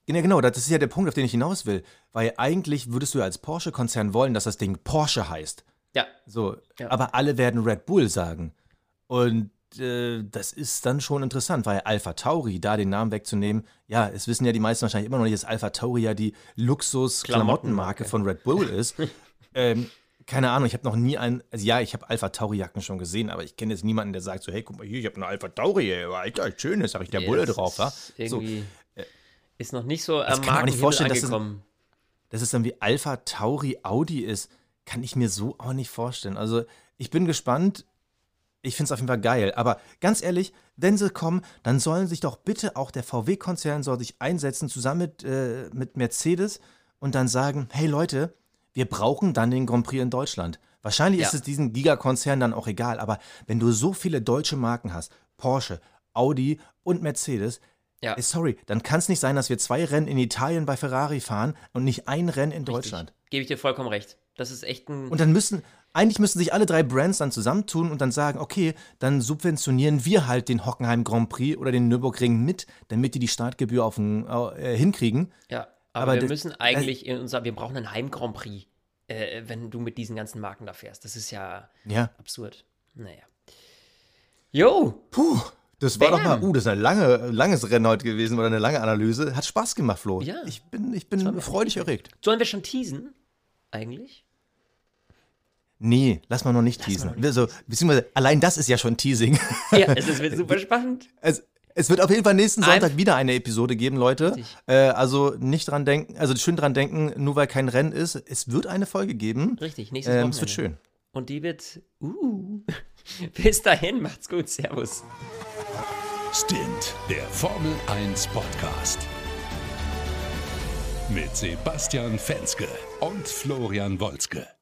Genau, genau, das ist ja der Punkt, auf den ich hinaus will. Weil eigentlich würdest du ja als Porsche-Konzern wollen, dass das Ding Porsche heißt. Ja. So, Ja. aber alle werden Red Bull sagen. Und äh, das ist dann schon interessant, weil Alpha Tauri, da den Namen wegzunehmen, ja, es wissen ja die meisten wahrscheinlich immer noch nicht, dass Alpha Tauri ja die Luxus-Klamottenmarke von Red Bull ist. ähm, keine Ahnung, ich habe noch nie einen, also ja, ich habe Alpha Tauri-Jacken schon gesehen, aber ich kenne jetzt niemanden, der sagt so, hey, guck mal hier, ich habe eine Alpha Tauri, ey, Alter, schön, ist, sag ich der Nee, Bulle das drauf, wa? ist So, Irgendwie ist noch nicht so Ich am kann mir auch nicht Markenhimmel vorstellen, dass es- angekommen. dass es dann wie Alpha Tauri Audi ist, kann ich mir so auch nicht vorstellen. Also ich bin gespannt. Ich finde es auf jeden Fall geil. Aber ganz ehrlich, wenn sie kommen, dann sollen sich doch bitte auch der V W-Konzern soll sich einsetzen, zusammen mit, äh, mit Mercedes und dann sagen, hey Leute, wir brauchen dann den Grand Prix in Deutschland. Wahrscheinlich Ja. ist es diesen Gigakonzern dann auch egal, aber wenn du so viele deutsche Marken hast, Porsche, Audi und Mercedes, Ja. ey, sorry, dann kann es nicht sein, dass wir zwei Rennen in Italien bei Ferrari fahren und nicht ein Rennen in Deutschland. Richtig. Gebe ich dir vollkommen recht. Das ist echt ein. Und dann müssen, eigentlich müssen sich alle drei Brands dann zusammentun und dann sagen, okay, dann subventionieren wir halt den Hockenheim Grand Prix oder den Nürburgring mit, damit die die Startgebühr auf den, äh, hinkriegen. ja, aber, aber wir das- müssen eigentlich in unser, wir brauchen einen Heim-Grand Prix, äh, wenn du mit diesen ganzen Marken da fährst. Das ist ja Ja. absurd. Naja. Jo, Puh, das war Bam. doch mal, uh, das ist ein lange, langes Rennen heute gewesen oder eine lange Analyse. Hat Spaß gemacht, Flo. Ja. Ich bin, ich war bin mir freudig erregt. sollen wir schon teasen? Eigentlich? Nee, lass mal noch nicht teasen. Also, beziehungsweise, allein das ist ja schon Teasing. Ja, es ist, wird super spannend. Es, es wird auf jeden Fall nächsten Ein- Sonntag wieder eine Episode geben, Leute. Richtig. Äh, also nicht dran denken, also schön dran denken, nur weil kein Rennen ist, es wird eine Folge geben. Richtig, nächstes Ähm, Wochenende. es wird schön. Und die wird, uh, bis dahin, macht's gut, servus. Stint, der Formel eins Podcast. Mit Sebastian Fenske und Florian Wolzke.